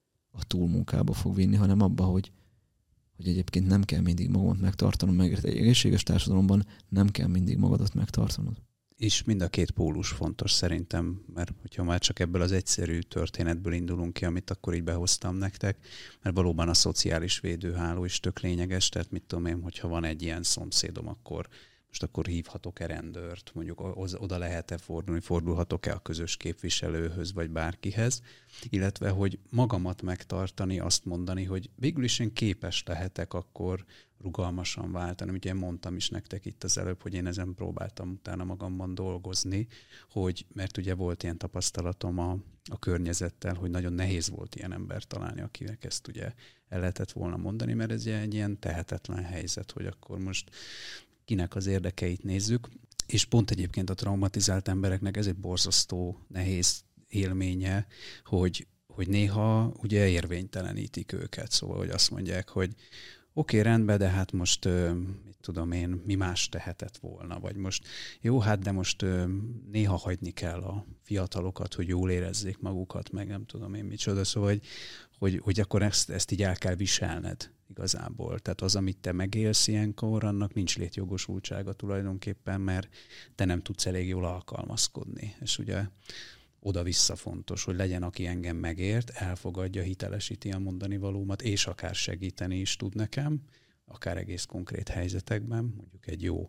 a túlmunkába fog vinni, hanem abba, hogy egyébként nem kell mindig magamat megtartanom, meg egy egészséges társadalomban nem kell mindig magadat megtartanod. És mind a két pólus fontos szerintem, mert hogyha már csak ebből az egyszerű történetből indulunk ki, amit akkor így behoztam nektek, mert valóban a szociális védőháló is tök lényeges, tehát mit tudom én, hogyha van egy ilyen szomszédom, akkor hívhatok-e rendőrt, mondjuk oda lehet-e fordulni, fordulhatok-e a közös képviselőhöz, vagy bárkihez, illetve, hogy magamat megtartani, azt mondani, hogy végül is én képes lehetek akkor rugalmasan váltani. Ugye én mondtam is nektek itt az előbb, hogy én ezen próbáltam utána magamban dolgozni, mert ugye volt ilyen tapasztalatom a környezettel, hogy nagyon nehéz volt ilyen embert találni, akinek ezt ugye el lehetett volna mondani, mert ez egy ilyen tehetetlen helyzet, hogy akkor most kinek az érdekeit nézzük, és pont egyébként a traumatizált embereknek ez egy borzasztó nehéz élménye, hogy néha ugye érvénytelenítik őket, szóval hogy azt mondják, hogy oké, rendben, de hát most mit tudom én, mi más tehetett volna, vagy most jó, hát de most néha hagyni kell a fiatalokat, hogy jól érezzék magukat, meg nem tudom én micsoda, szóval hogy akkor ezt így el kell viselned igazából. Tehát az, amit te megélsz ilyenkor, annak nincs létjogosultsága tulajdonképpen, mert te nem tudsz elég jól alkalmazkodni. És ugye oda-vissza fontos, hogy legyen, aki engem megért, elfogadja, hitelesíti a mondani valómat, és akár segíteni is tud nekem, akár egész konkrét helyzetekben, mondjuk egy jó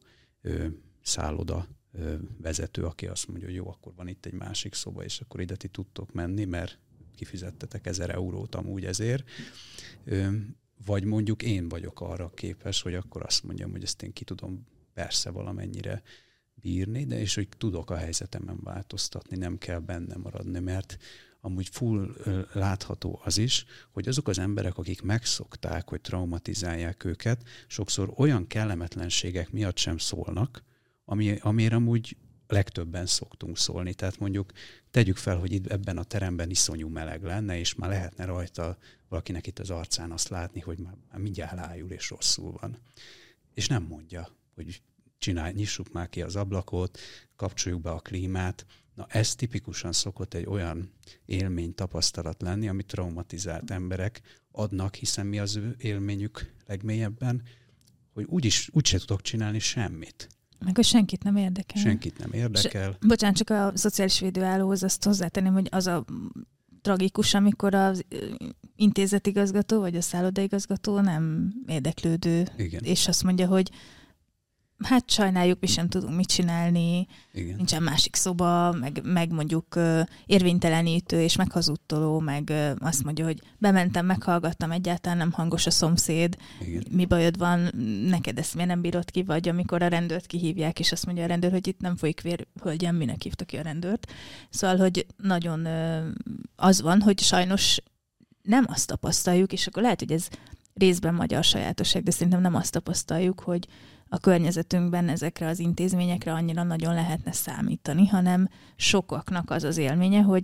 szálloda vezető, aki azt mondja, hogy jó, akkor van itt egy másik szoba, és akkor ide ti tudtok menni, mert kifizettetek 1000 eurót amúgy ezért. Vagy mondjuk én vagyok arra képes, hogy akkor azt mondjam, hogy ezt én ki tudom persze valamennyire bírni, de és hogy tudok a helyzetemen változtatni, nem kell benne maradni, mert amúgy full látható az is, hogy azok az emberek, akik megszokták, hogy traumatizálják őket, sokszor olyan kellemetlenségek miatt sem szólnak, amire amúgy legtöbben szoktunk szólni. Tehát mondjuk tegyük fel, hogy itt ebben a teremben iszonyú meleg lenne, és már lehetne rajta valakinek itt az arcán azt látni, hogy már mindjárt elájul és rosszul van. És nem mondja, hogy nyissuk már ki az ablakot, kapcsoljuk be a klímát. Na ez tipikusan szokott egy olyan élmény, tapasztalat lenni, amit traumatizált emberek adnak, hiszen mi az ő élményük legmélyebben, hogy úgyse tudok csinálni semmit. Meg hogy senkit nem érdekel. Senkit nem érdekel. Bocsánat, csak a szociális védőállóhoz azt hozzátenném, hogy az a tragikus, amikor az intézetigazgató vagy a szállodaigazgató nem érdeklődő, igen. És azt mondja, hogy hát sajnáljuk, mi sem tudunk mit csinálni, igen. Nincsen másik szoba, meg mondjuk érvénytelenítő és meghazudtoló, meg azt mondja, hogy bementem, meghallgattam, egyáltalán nem hangos a szomszéd, igen. Mi bajod van, neked ezt miért nem bírod ki, vagy amikor a rendőrt kihívják, és azt mondja a rendőr, hogy itt nem folyik vér, hölgyem, minek hívta ki a rendőrt. Szóval, hogy nagyon az van, hogy sajnos nem azt tapasztaljuk, és akkor lehet, hogy ez részben magyar sajátosság, de szerintem nem azt tapasztaljuk, hogy a környezetünkben ezekre az intézményekre annyira nagyon lehetne számítani, hanem sokaknak az az élménye, hogy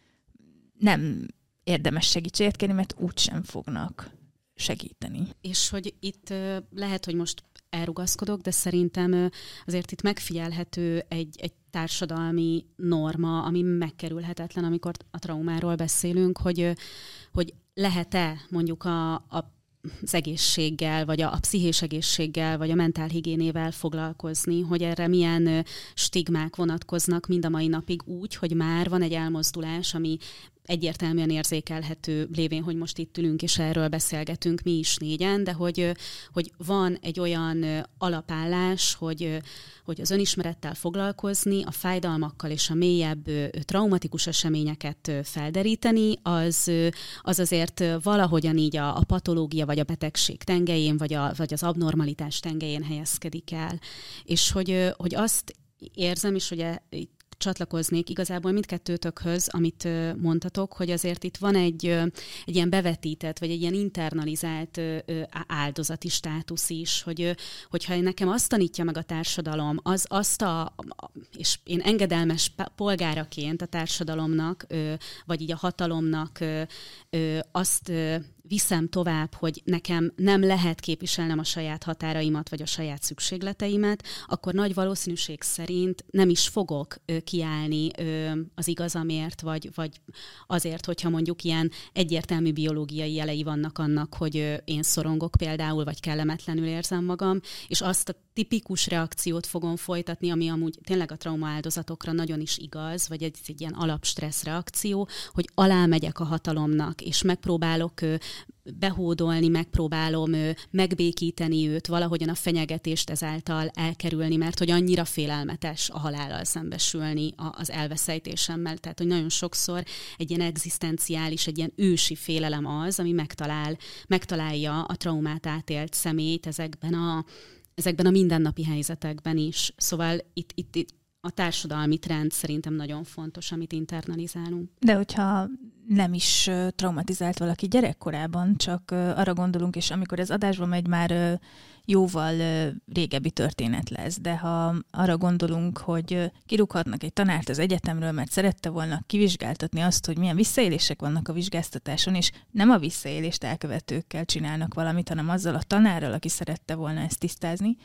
nem érdemes segítséget kérni, mert úgysem fognak segíteni. És hogy itt lehet, hogy most elrugaszkodok, de szerintem azért itt megfigyelhető egy társadalmi norma, ami megkerülhetetlen, amikor a traumáról beszélünk, hogy lehet-e mondjuk az egészséggel, vagy a pszichés egészséggel, vagy a mentálhigiénével foglalkozni, hogy erre milyen stigmák vonatkoznak mind a mai napig úgy, hogy már van egy elmozdulás, ami egyértelműen érzékelhető lévén, hogy most itt ülünk és erről beszélgetünk mi is négyen, de hogy van egy olyan alapállás, hogy az önismerettel foglalkozni, a fájdalmakkal és a mélyebb traumatikus eseményeket felderíteni, az azért valahogyan így a patológia vagy a betegség tengelyén, vagy az abnormalitás tengelyén helyezkedik el. És hogy azt érzem, és ugye csatlakoznék igazából mindkettőtökhöz, amit mondtatok, hogy azért itt van egy ilyen bevetített, vagy egy ilyen internalizált áldozati státusz is, hogyha nekem azt tanítja meg a társadalom, és én engedelmes polgáraként a társadalomnak, vagy így a hatalomnak azt viszem tovább, hogy nekem nem lehet képviselnem a saját határaimat, vagy a saját szükségleteimet, akkor nagy valószínűség szerint nem is fogok kiállni az igazamért, vagy azért, hogyha mondjuk ilyen egyértelmű biológiai jelei vannak annak, hogy én szorongok például, vagy kellemetlenül érzem magam, és azt a tipikus reakciót fogom folytatni, ami amúgy tényleg a trauma áldozatokra nagyon is igaz, vagy egy ilyen alapstressz reakció, hogy alámegyek a hatalomnak, és megpróbálok behódolni, megpróbálom megbékíteni őt, valahogyan a fenyegetést ezáltal elkerülni, mert hogy annyira félelmetes a halállal szembesülni az elveszejtésemmel. Tehát, hogy nagyon sokszor egy ilyen egzisztenciális, egy ilyen ősi félelem az, ami megtalálja a traumát átélt személyt ezekben a mindennapi helyzetekben is. Szóval itt a társadalmi trend szerintem nagyon fontos, amit internalizálunk. De hogyha nem is traumatizált valaki gyerekkorában, csak arra gondolunk, és amikor ez adásba megy, már jóval régebbi történet lesz, de ha arra gondolunk, hogy kirúghatnak egy tanárt az egyetemről, mert szerette volna kivizsgáltatni azt, hogy milyen visszaélések vannak a vizsgáztatáson, és nem a visszaélést elkövetőkkel csinálnak valamit, hanem azzal a tanárral, aki szerette volna ezt tisztázni,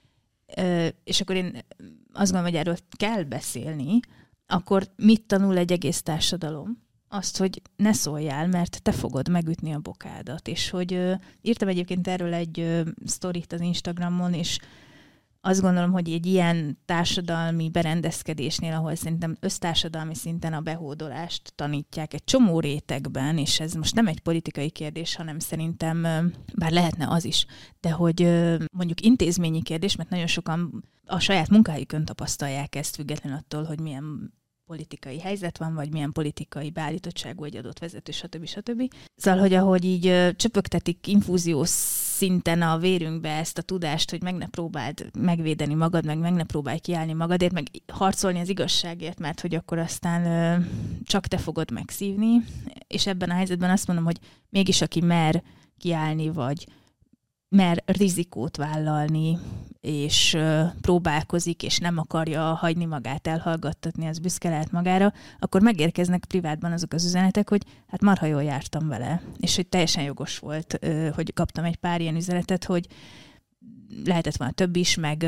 és akkor én azt gondolom, hogy erről kell beszélni, akkor mit tanul egy egész társadalom? Azt, hogy ne szóljál, mert te fogod megütni a bokádat. És hogy írtam egyébként erről egy sztorit az Instagramon, és azt gondolom, hogy egy ilyen társadalmi berendezkedésnél, ahol szerintem össztársadalmi szinten a behódolást tanítják egy csomó rétegben, és ez most nem egy politikai kérdés, hanem szerintem, bár lehetne az is, de hogy mondjuk intézményi kérdés, mert nagyon sokan a saját munkájukon tapasztalják ezt, függetlenül attól, hogy milyen politikai helyzet van, vagy milyen politikai beállítottságú egy adott vezető, stb. Szóval, hogy ahogy így csöpögtetik infúziós szinten a vérünkbe ezt a tudást, hogy meg ne próbáld megvédeni magad, meg ne próbálj kiállni magadért, meg harcolni az igazságért, mert hogy akkor aztán csak te fogod megszívni. És ebben a helyzetben azt mondom, hogy mégis aki mer kiállni, vagy mer rizikót vállalni, és próbálkozik, és nem akarja hagyni magát elhallgattatni, az büszke lehet magára, akkor megérkeznek privátban azok az üzenetek, hogy hát marha jól jártam vele, és hogy teljesen jogos volt, hogy kaptam egy pár ilyen üzenetet, hogy lehetett volna több is, meg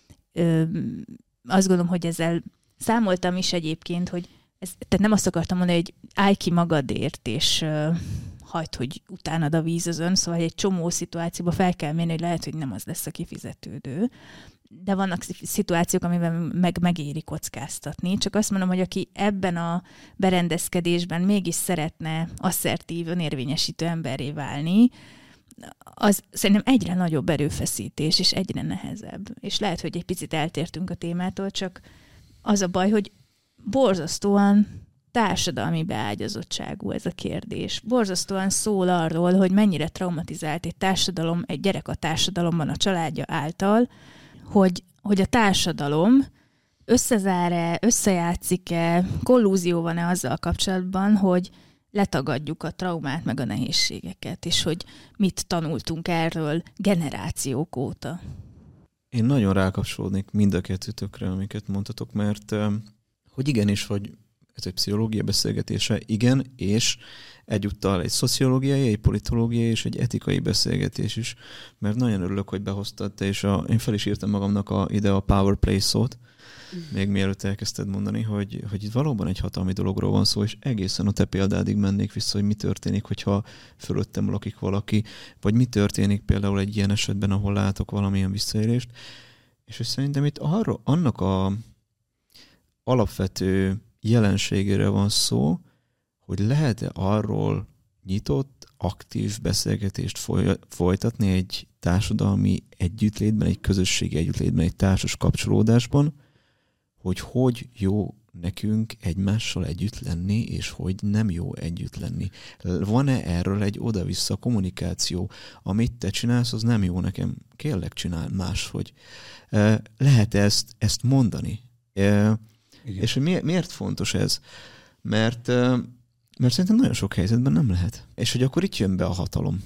azt gondolom, hogy ezzel számoltam is egyébként, hogy tehát nem azt akartam mondani, hogy állj ki magadért, és hagyd, hogy utánad a víz az ön, szóval egy csomó szituációban fel kell mérni, hogy lehet, hogy nem az lesz a kifizetődő. De vannak szituációk, amiben megéri kockáztatni. Csak azt mondom, hogy aki ebben a berendezkedésben mégis szeretne asszertív, önérvényesítő emberré válni, az szerintem egyre nagyobb erőfeszítés, és egyre nehezebb. És lehet, hogy egy picit eltértünk a témától, csak az a baj, hogy borzasztóan társadalmi beágyazottságú ez a kérdés. Borzasztóan szól arról, hogy mennyire traumatizált egy gyerek a társadalomban a családja által, hogy a társadalom összezár-e, összejátszik-e, kollúzió van-e azzal kapcsolatban, hogy letagadjuk a traumát meg a nehézségeket, és hogy mit tanultunk erről generációk óta. Én nagyon rákapcsolódnék mind a kettőtökre, amiket mondtatok, mert hogy igenis, hogy ez egy pszichológia beszélgetése, igen, és egyúttal egy szociológiai, egy politológiai és egy etikai beszélgetés is, mert nagyon örülök, hogy behoztad te, és én fel is írtam magamnak ide a power play szót, még mielőtt elkezdted mondani, hogy itt valóban egy hatalmi dologról van szó, és egészen a te példádig mennék vissza, hogy mi történik, hogyha fölöttem lakik valaki, vagy mi történik például egy ilyen esetben, ahol látok valamilyen visszaélést, és hogy szerintem itt annak a alapvető jelenségére van szó, hogy lehet-e arról nyitott, aktív beszélgetést folytatni egy társadalmi együttlétben, egy közösségi együttlétben, egy társas kapcsolódásban, hogy jó nekünk egymással együtt lenni, és hogy nem jó együtt lenni. Van-e erről egy oda-vissza kommunikáció? Amit te csinálsz, az nem jó nekem. Kérlek, csinál máshogy. Lehet ezt mondani? És hogy miért fontos ez? Mert szerintem nagyon sok helyzetben nem lehet. És hogy akkor itt jön be a hatalom.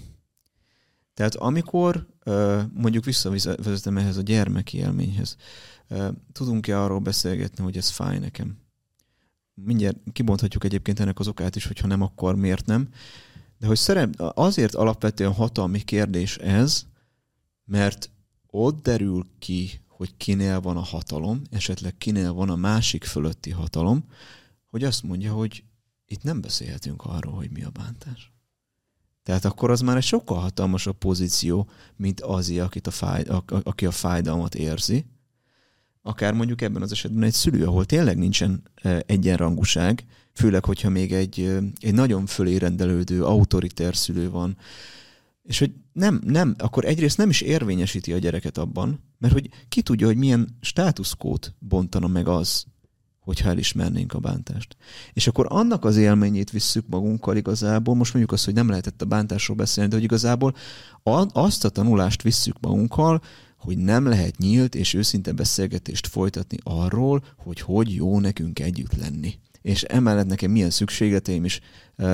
Tehát amikor mondjuk visszavezetem ehhez a gyermeki élményhez, tudunk-e arról beszélgetni, hogy ez fáj nekem? Mindjárt kibonthatjuk egyébként ennek az okát is, hogyha nem, akkor miért nem. De hogy azért alapvetően hatalmi kérdés ez, mert ott derül ki, hogy kinél van a hatalom, esetleg kinél van a másik fölötti hatalom, hogy azt mondja, hogy itt nem beszélhetünk arról, hogy mi a bántás. Tehát akkor az már egy sokkal hatalmasabb pozíció, mint az, aki a fájdalmat érzi. Akár mondjuk ebben az esetben egy szülő, ahol tényleg nincsen egyenrangúság, főleg, hogyha még egy nagyon fölé rendelődő, autoriter szülő van, és hogy nem, akkor egyrészt nem is érvényesíti a gyereket abban, mert hogy ki tudja, hogy milyen státuszkót bontana meg az, hogyha elismernénk a bántást. És akkor annak az élményét visszük magunkkal igazából, most mondjuk azt, hogy nem lehetett a bántásról beszélni, de hogy igazából azt a tanulást visszük magunkkal, hogy nem lehet nyílt és őszinte beszélgetést folytatni arról, hogy jó nekünk együtt lenni. És emellett nekem milyen szükségleteim és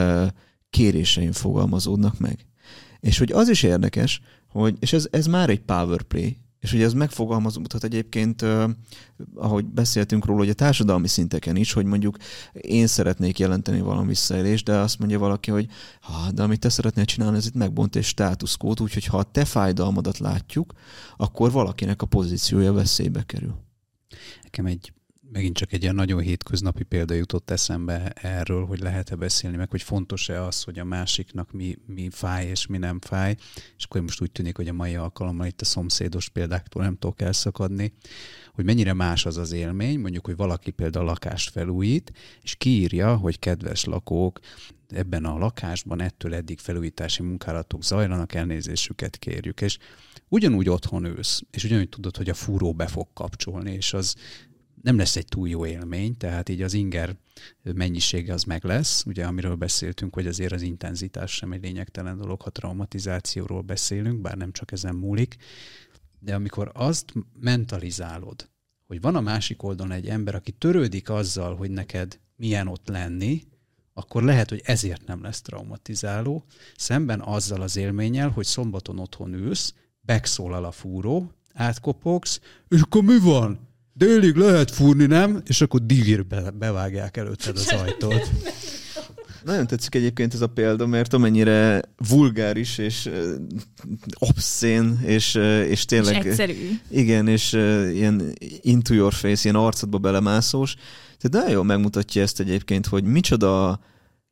kéréseim fogalmazódnak meg. És hogy az is érdekes, hogy, és ez már egy power play, és hogy ez megfogalmazódhat egyébként, ahogy beszéltünk róla, hogy a társadalmi szinteken is, hogy mondjuk én szeretnék jelenteni valami visszaélést, de azt mondja valaki, hogy de amit te szeretnél csinálni, ez itt megbont egy státuszkód, úgyhogy ha a te fájdalmadat látjuk, akkor valakinek a pozíciója veszélybe kerül. Nekem megint csak egy ilyen nagyon hétköznapi példa jutott eszembe erről, hogy lehet-e beszélni meg, hogy fontos-e az, hogy a másiknak mi fáj és mi nem fáj. És akkor most úgy tűnik, hogy a mai alkalommal itt a szomszédos példáktól nem tudok elszakadni, hogy mennyire más az az élmény, mondjuk, hogy valaki például lakást felújít, és kiírja, hogy kedves lakók, ebben a lakásban ettől eddig felújítási munkálatok zajlanak, elnézésüket kérjük. És ugyanúgy otthon ülsz, és ugyanúgy tudod, hogy a fúró be fog kapcsolni, és az nem lesz egy túl jó élmény, tehát így az inger mennyisége az meg lesz, ugye amiről beszéltünk, hogy azért az intenzitás sem egy lényegtelen dolog, ha traumatizációról beszélünk, bár nem csak ezen múlik, de amikor azt mentalizálod, hogy van a másik oldalon egy ember, aki törődik azzal, hogy neked milyen ott lenni, akkor lehet, hogy ezért nem lesz traumatizáló, szemben azzal az élménnyel, hogy szombaton otthon ülsz, megszólal a fúró, átkopogsz, és akkor mi van? Délig lehet fúrni, nem? És akkor digír bevágják előtted az ajtót. Nagyon tetszik egyébként ez a példa, mert amennyire vulgáris és obszén, és tényleg... És egyszerű. Igen, és ilyen into your face, ilyen arcodba belemászós. Tehát nagyon jól megmutatja ezt egyébként, hogy micsoda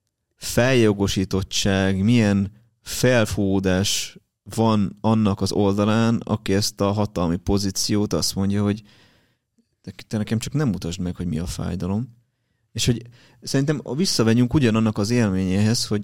feljogosítottság, milyen felfúvódás van annak az oldalán, aki ezt a hatalmi pozíciót azt mondja, hogy te nekem csak nem mutasd meg, hogy mi a fájdalom. És hogy szerintem visszavegyünk ugyanannak az élményéhez, hogy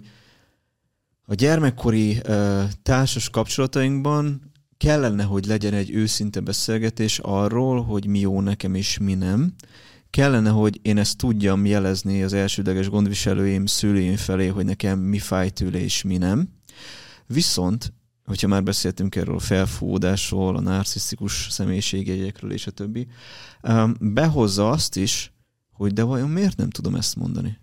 a gyermekkori társas kapcsolatainkban kellene, hogy legyen egy őszinte beszélgetés arról, hogy mi jó nekem és mi nem. Kellene, hogy én ezt tudjam jelezni az elsődleges gondviselőim, szülőim felé, hogy nekem mi fáj tőle és mi nem. Viszont hogyha már beszéltünk erről a felfúvódásról, a narcisztikus személyiségjegyekről és a többi, behozza azt is, hogy de vajon miért nem tudom ezt mondani?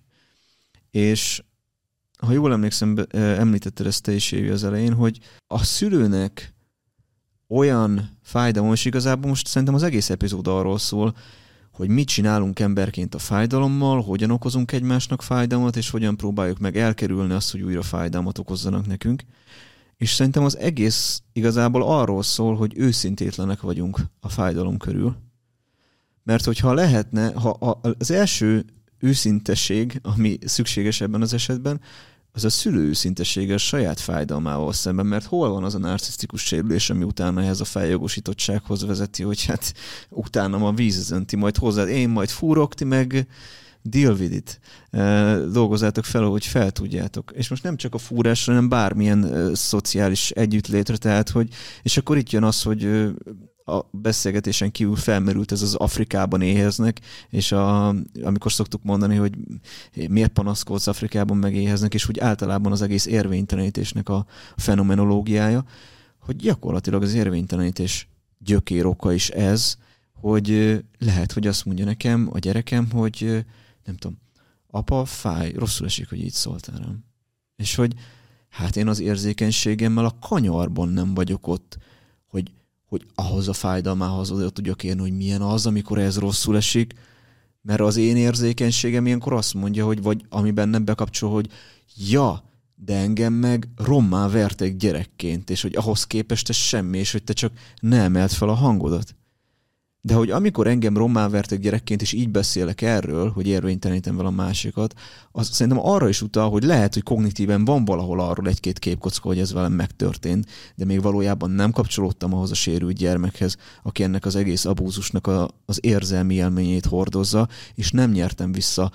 És ha jól emlékszem, említetted ezt te is az elején, hogy a szülőnek olyan fájdalom, és igazából most szerintem az egész epizód arról szól, hogy mit csinálunk emberként a fájdalommal, hogyan okozunk egymásnak fájdalmat, és hogyan próbáljuk meg elkerülni azt, hogy újra fájdalmat okozzanak nekünk. És szerintem az egész igazából arról szól, hogy őszintétlenek vagyunk a fájdalom körül. Mert hogyha lehetne, ha az első őszintesség, ami szükséges ebben az esetben, az a szülő őszintessége a saját fájdalmával szemben, mert hol van az a narcisztikus sérülés, ami utána ehhez a feljogosítottsághoz vezeti, hogy hát utána a víz önti majd hozzád, én majd fúrok, ti meg deal with it. Dolgozzátok fel, hogy fel tudjátok. És most nem csak a fúrásra, hanem bármilyen szociális együttlétre, tehát, hogy, és akkor itt jön az, hogy a beszélgetésen kívül felmerült ez az Afrikában éheznek, és amikor szoktuk mondani, hogy miért panaszkodsz Afrikában meg éheznek, és úgy általában az egész érvénytelenítésnek a fenomenológiája, hogy gyakorlatilag az érvénytelenítés gyökéroka is ez, hogy lehet, hogy azt mondja nekem a gyerekem, hogy nem tudom, apa, fáj, rosszul esik, hogy így szóltál rám. És hogy hát én az érzékenységemmel a kanyarban nem vagyok ott, hogy ahhoz a fájdalmához oda tudjak érni, hogy milyen az, amikor ez rosszul esik, mert az én érzékenységem ilyenkor azt mondja, hogy vagy ami bennem bekapcsol, hogy ja, de engem meg rommá vertek gyerekként, és hogy ahhoz képest ez semmi, és hogy te csak ne emeld fel a hangodat. De hogy amikor engem rommá vertek gyerekként, és így beszélek erről, hogy érvénytelenítem vele a másikat, az szerintem arra is utal, hogy lehet, hogy kognitíven van valahol arról egy-két képkocka, hogy ez velem megtörtént, de még valójában nem kapcsolódtam ahhoz a sérült gyermekhez, aki ennek az egész abúzusnak az érzelmi élményét hordozza, és nem nyertem vissza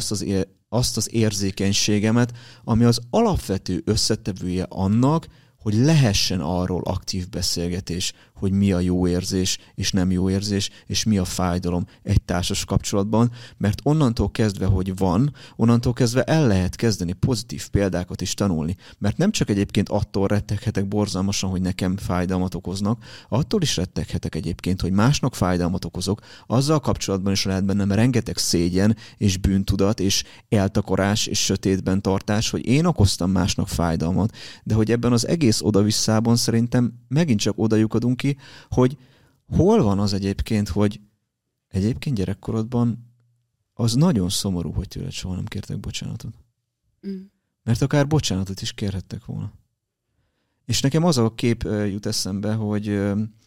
azt az érzékenységemet, ami az alapvető összetevője annak, hogy lehessen arról aktív beszélgetés, hogy mi a jó érzés, és nem jó érzés, és mi a fájdalom egy társas kapcsolatban, mert onnantól kezdve, hogy van, onnantól kezdve el lehet kezdeni pozitív példákat is tanulni. Mert nem csak egyébként attól retteghetek borzalmasan, hogy nekem fájdalmat okoznak, attól is retteghetek egyébként, hogy másnak fájdalmat okozok, azzal kapcsolatban is lehet bennem rengeteg szégyen, és bűntudat, és eltakarás, és sötétben tartás, hogy én okoztam másnak fájdalmat, de hogy ebben az egész oda-visszában szerintem megint csak oda lyukadunk ki, hogy hol van az egyébként, hogy egyébként gyerekkorodban az nagyon szomorú, hogy tőled soha nem kértek bocsánatot. Mert akár bocsánatot is kérhettek volna. És nekem az a kép jut eszembe, hogy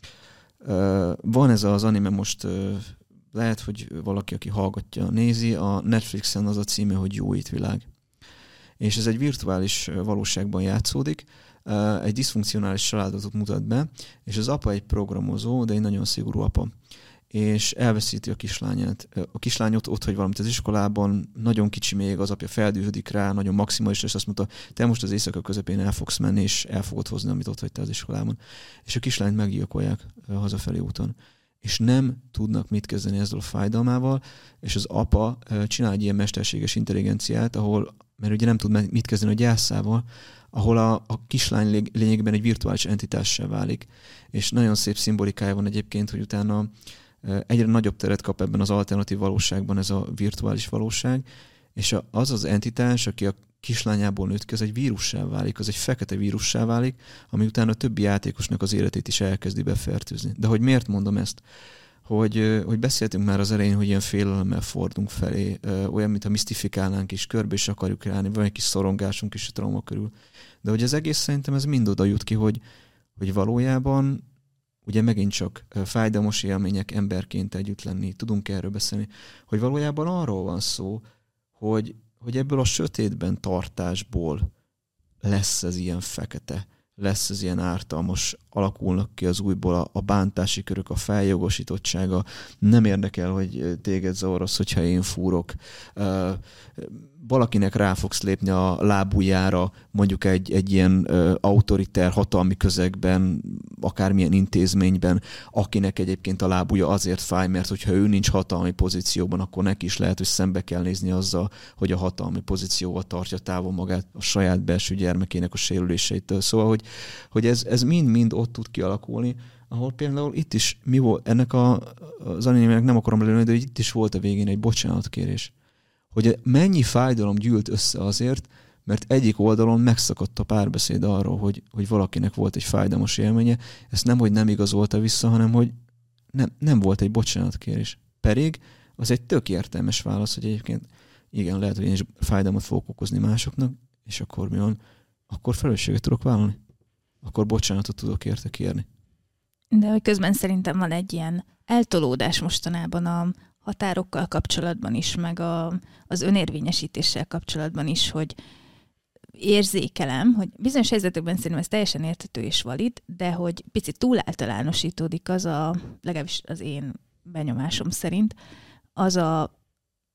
van ez az anime most, lehet, hogy valaki, aki hallgatja, nézi, a Netflixen az a címe, hogy Jó étvilág. És ez egy virtuális valóságban játszódik, egy diszfunkcionális családot mutat be, és az apa egy programozó, de egy nagyon szigorú apa. És elveszíti a kislányát. A kislány ott hagy valamit az iskolában, nagyon kicsi még, az apja feldühödik rá, nagyon maximalista, és azt mondta, te most az éjszaka közepén el fogsz menni, és el fogod hozni, amit ott hagytál az iskolában. És a kislányt meggyilkolják hazafelé úton. És nem tudnak mit kezdeni ezzel a fájdalmával, és az apa csinál egy ilyen mesterséges intelligenciát, mert ugye nem tud mit kezdeni a gyászával, ahol a kislány lényegében egy virtuális entitássá válik. És nagyon szép szimbolikája van egyébként, hogy utána egyre nagyobb teret kap ebben az alternatív valóságban ez a virtuális valóság, és az entitás, aki a kislányából nőtt ki, az egy vírussá válik, az egy fekete vírussá válik, ami utána a többi játékosnak az életét is elkezdi befertőzni. De hogy miért mondom ezt? Hogy beszéltünk már az elején, hogy ilyen félelemmel fordulunk felé, olyan, mintha misztifikálnánk és körbe is akarjuk állni, van egy kis szorongásunk is a trauma körül. De hogy az egész szerintem ez mind oda jut ki, hogy valójában ugye megint csak fájdalmas élmények, emberként együtt lenni, tudunk erről beszélni, hogy valójában arról van szó, hogy ebből a sötétben tartásból lesz ez ilyen fekete, lesz ez ilyen ártalmas, alakulnak ki az újból a bántási körök, a feljogosítottsága, nem érdekel, hogy téged zavarossz, hogyha én fúrok, valakinek rá fogsz lépni a lábujjára, mondjuk egy ilyen autoriter hatalmi közegben, akármilyen intézményben, akinek egyébként a lábujja azért fáj, mert hogyha ő nincs hatalmi pozícióban, akkor neki is lehet, hogy szembe kell nézni azzal, hogy a hatalmi pozícióval tartja távol magát a saját belső gyermekének a sérüléseitől. Szóval, hogy ez mind-mind ott tud kialakulni, ahol például itt is mi volt, ennek az animének nem akarom lelőni, de itt is volt a végén egy bocsánatkérés. Hogy mennyi fájdalom gyűlt össze azért, mert egyik oldalon megszakadt a párbeszéd arról, hogy valakinek volt egy fájdalmas élménye, ezt nem, hogy nem igazolta vissza, hanem hogy nem volt egy bocsánatkérés. Pedig az egy tök értelmes válasz, hogy egyébként igen, lehet, hogy én is fájdalmat fogok okozni másoknak, és akkor mi van? Akkor felelősséget tudok vállalni. Akkor bocsánatot tudok érte kérni. De hogy közben szerintem van egy ilyen eltolódás mostanában a határokkal kapcsolatban is, meg az önérvényesítéssel kapcsolatban is, hogy érzékelem, hogy bizonyos helyzetekben szerintem ez teljesen érthető és valid, de hogy picit túl általánosítódik legalábbis az én benyomásom szerint, az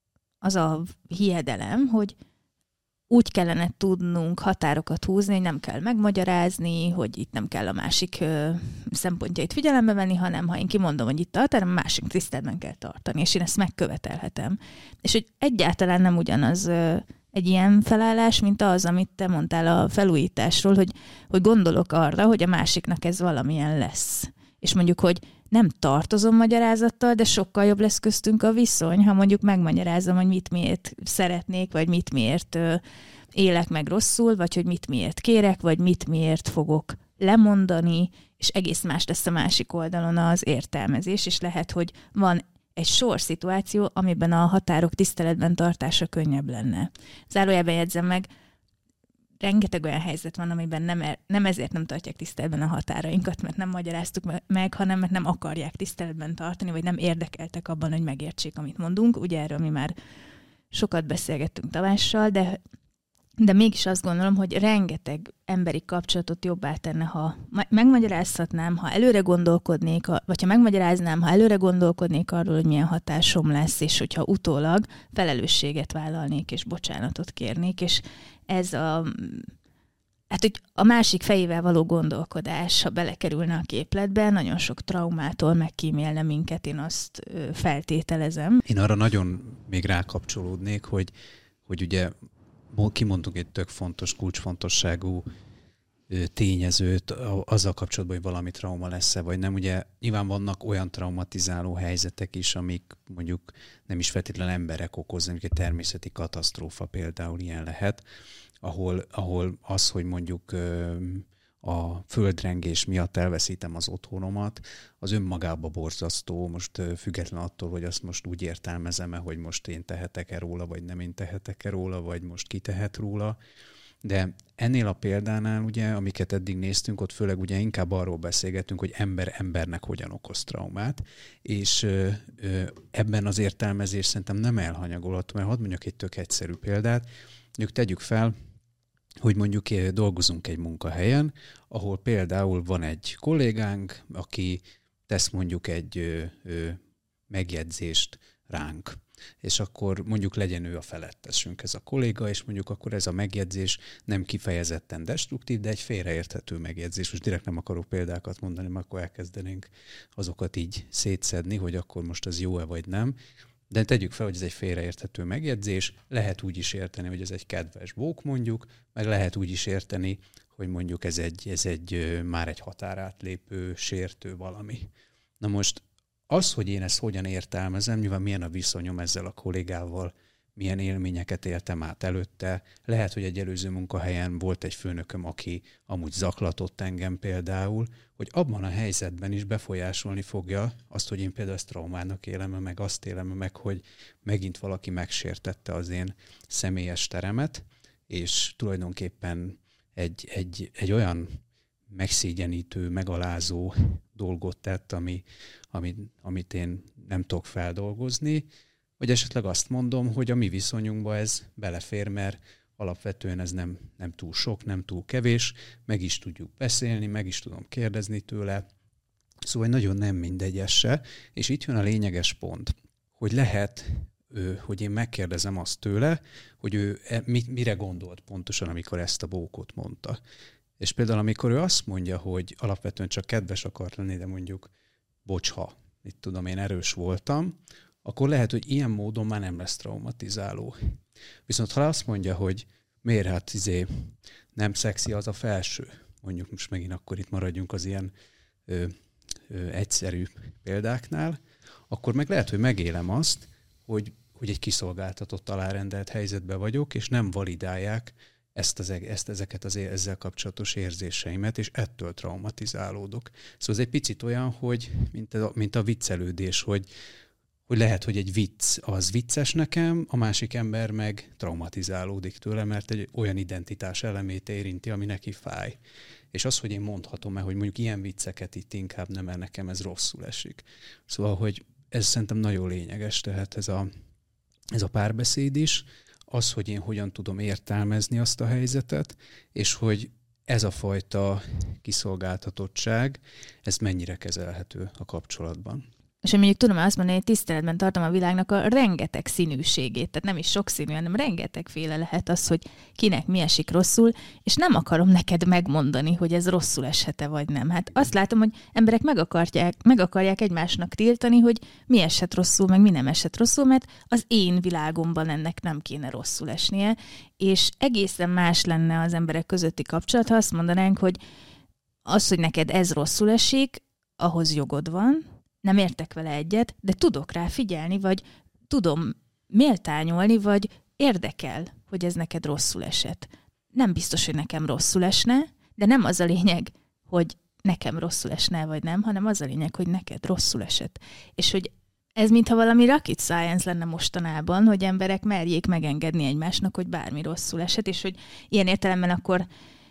az a hiedelem, hogy úgy kellene tudnunk határokat húzni, hogy nem kell megmagyarázni, hogy itt nem kell a másik szempontjait figyelembe venni, hanem ha én kimondom, hogy itt a határ, a másik tiszteletben kell tartani, és én ezt megkövetelhetem. És hogy egyáltalán nem ugyanaz egy ilyen felállás, mint az, amit te mondtál a felújításról, hogy gondolok arra, hogy a másiknak ez valamilyen lesz. És mondjuk, hogy nem tartozom magyarázattal, de sokkal jobb lesz köztünk a viszony, ha mondjuk megmagyarázom, hogy mit miért szeretnék, vagy mit miért élek meg rosszul, vagy hogy mit miért kérek, vagy mit miért fogok lemondani, és egész más lesz a másik oldalon az értelmezés, és lehet, hogy van egy sor szituáció, amiben a határok tiszteletben tartása könnyebb lenne. Zárójelben jegyzem meg, rengeteg olyan helyzet van, amiben nem ezért nem tartják tiszteletben a határainkat, mert nem magyaráztuk meg, hanem mert nem akarják tiszteletben tartani, vagy nem érdekeltek abban, hogy megértsék, amit mondunk. Ugye erről mi már sokat beszélgettünk Tamással, de mégis azt gondolom, hogy rengeteg emberi kapcsolatot jobbá tenne, ha megmagyarázhatnám, ha előre gondolkodnék, vagy ha megmagyaráznám, ha előre gondolkodnék arról, hogy milyen hatásom lesz, és hogyha utólag felelősséget vállalnék, és bocsánatot kérnék, és ez hogy a másik fejével való gondolkodás, ha belekerülne a képletbe, nagyon sok traumától megkímélne minket, én azt feltételezem. Én arra nagyon még rákapcsolódnék, hogy ugye kimondtunk egy tök fontos, kulcsfontosságú tényezőt azzal kapcsolatban, hogy valami trauma lesz-e, vagy nem. Ugye nyilván vannak olyan traumatizáló helyzetek is, amik mondjuk nem is feltétlenül emberek okoznak, mondjuk egy természeti katasztrófa például ilyen lehet, ahol az, hogy mondjuk a földrengés miatt elveszítem az otthonomat, az önmagába borzasztó, most független attól, hogy azt most úgy értelmezem-e, hogy most én tehetek-e róla, vagy nem én tehetek-e róla, vagy most ki tehet róla. De ennél a példánál, ugye, amiket eddig néztünk, ott főleg ugye inkább arról beszélgetünk, hogy ember embernek hogyan okoz traumát, és ebben az értelmezés szerintem nem elhanyagolható, mert hadd mondjak egy tök egyszerű példát. Mondjuk tegyük fel, hogy mondjuk dolgozunk egy munkahelyen, ahol például van egy kollégánk, aki tesz mondjuk egy megjegyzést ránk, és akkor mondjuk legyen ő a felettesünk, ez a kolléga, és mondjuk akkor ez a megjegyzés nem kifejezetten destruktív, de egy félreérthető megjegyzés. Most direkt nem akarok példákat mondani, mert akkor elkezdenénk azokat így szétszedni, hogy akkor most az jó-e vagy nem. De tegyük fel, hogy ez egy félreérthető megjegyzés, lehet úgy is érteni, hogy ez egy kedves bók mondjuk, meg lehet úgy is érteni, hogy mondjuk ez egy már egy határátlépő, sértő valami. Na most az, hogy én ezt hogyan értelmezem, nyilván milyen a viszonyom ezzel a kollégával, milyen élményeket éltem át előtte. Lehet, hogy egy előző munkahelyen volt egy főnököm, aki amúgy zaklatott engem például, hogy abban a helyzetben is befolyásolni fogja azt, hogy én például ezt traumának élem, meg azt élem meg, hogy megint valaki megsértette az én személyes teremet, és tulajdonképpen egy olyan megszégyenítő, megalázó dolgot tett, amit én nem tudok feldolgozni, vagy esetleg azt mondom, hogy a mi viszonyunkba ez belefér, mert alapvetően ez nem túl sok, nem túl kevés, meg is tudjuk beszélni, meg is tudom kérdezni tőle. Szóval nagyon nem mindegy ez se. És itt jön a lényeges pont, hogy lehet, hogy én megkérdezem azt tőle, hogy ő mire gondolt pontosan, amikor ezt a bókot mondta. És például amikor ő azt mondja, hogy alapvetően csak kedves akart lenni, de mondjuk bocs, ha itt tudom, én erős voltam, akkor lehet, hogy ilyen módon már nem lesz traumatizáló. Viszont ha azt mondja, hogy miért hát nem szexi az a felső, mondjuk most megint akkor itt maradjunk az ilyen egyszerű példáknál, akkor meg lehet, hogy megélem azt, hogy egy kiszolgáltatott alárendelt helyzetben vagyok, és nem validálják ezeket az ezzel kapcsolatos érzéseimet, és ettől traumatizálódok. Szóval ez egy picit olyan, hogy mint a viccelődés, hogy lehet, hogy egy vicc az vicces nekem, a másik ember meg traumatizálódik tőle, mert egy olyan identitás elemét érinti, ami neki fáj. És az, hogy én mondhatom-e, hogy mondjuk ilyen vicceket itt inkább nem, mert nekem ez rosszul esik. Szóval, hogy ez szerintem nagyon lényeges, tehát ez a párbeszéd is, az, hogy én hogyan tudom értelmezni azt a helyzetet, és hogy ez a fajta kiszolgáltatottság, ez mennyire kezelhető a kapcsolatban. És én mondjuk tudom azt mondani, hogy tiszteletben tartom a világnak a rengeteg színűségét, tehát nem is sokszínű, hanem rengetegféle lehet az, hogy kinek mi esik rosszul, és nem akarom neked megmondani, hogy ez rosszul eshet-e vagy nem. Hát azt látom, hogy emberek meg akarják egymásnak tiltani, hogy mi esett rosszul, meg mi nem esett rosszul, mert az én világomban ennek nem kéne rosszul esnie, és egészen más lenne az emberek közötti kapcsolat, ha azt mondanánk, hogy az, hogy neked ez rosszul esik, ahhoz jogod van, nem értek vele egyet, de tudok rá figyelni, vagy tudom méltányolni, vagy érdekel, hogy ez neked rosszul esett. Nem biztos, hogy nekem rosszul esne, de nem az a lényeg, hogy nekem rosszul esne, vagy nem, hanem az a lényeg, hogy neked rosszul esett. És hogy ez mintha valami rocket science lenne mostanában, hogy emberek merjék megengedni egymásnak, hogy bármi rosszul esett, és hogy ilyen értelemben akkor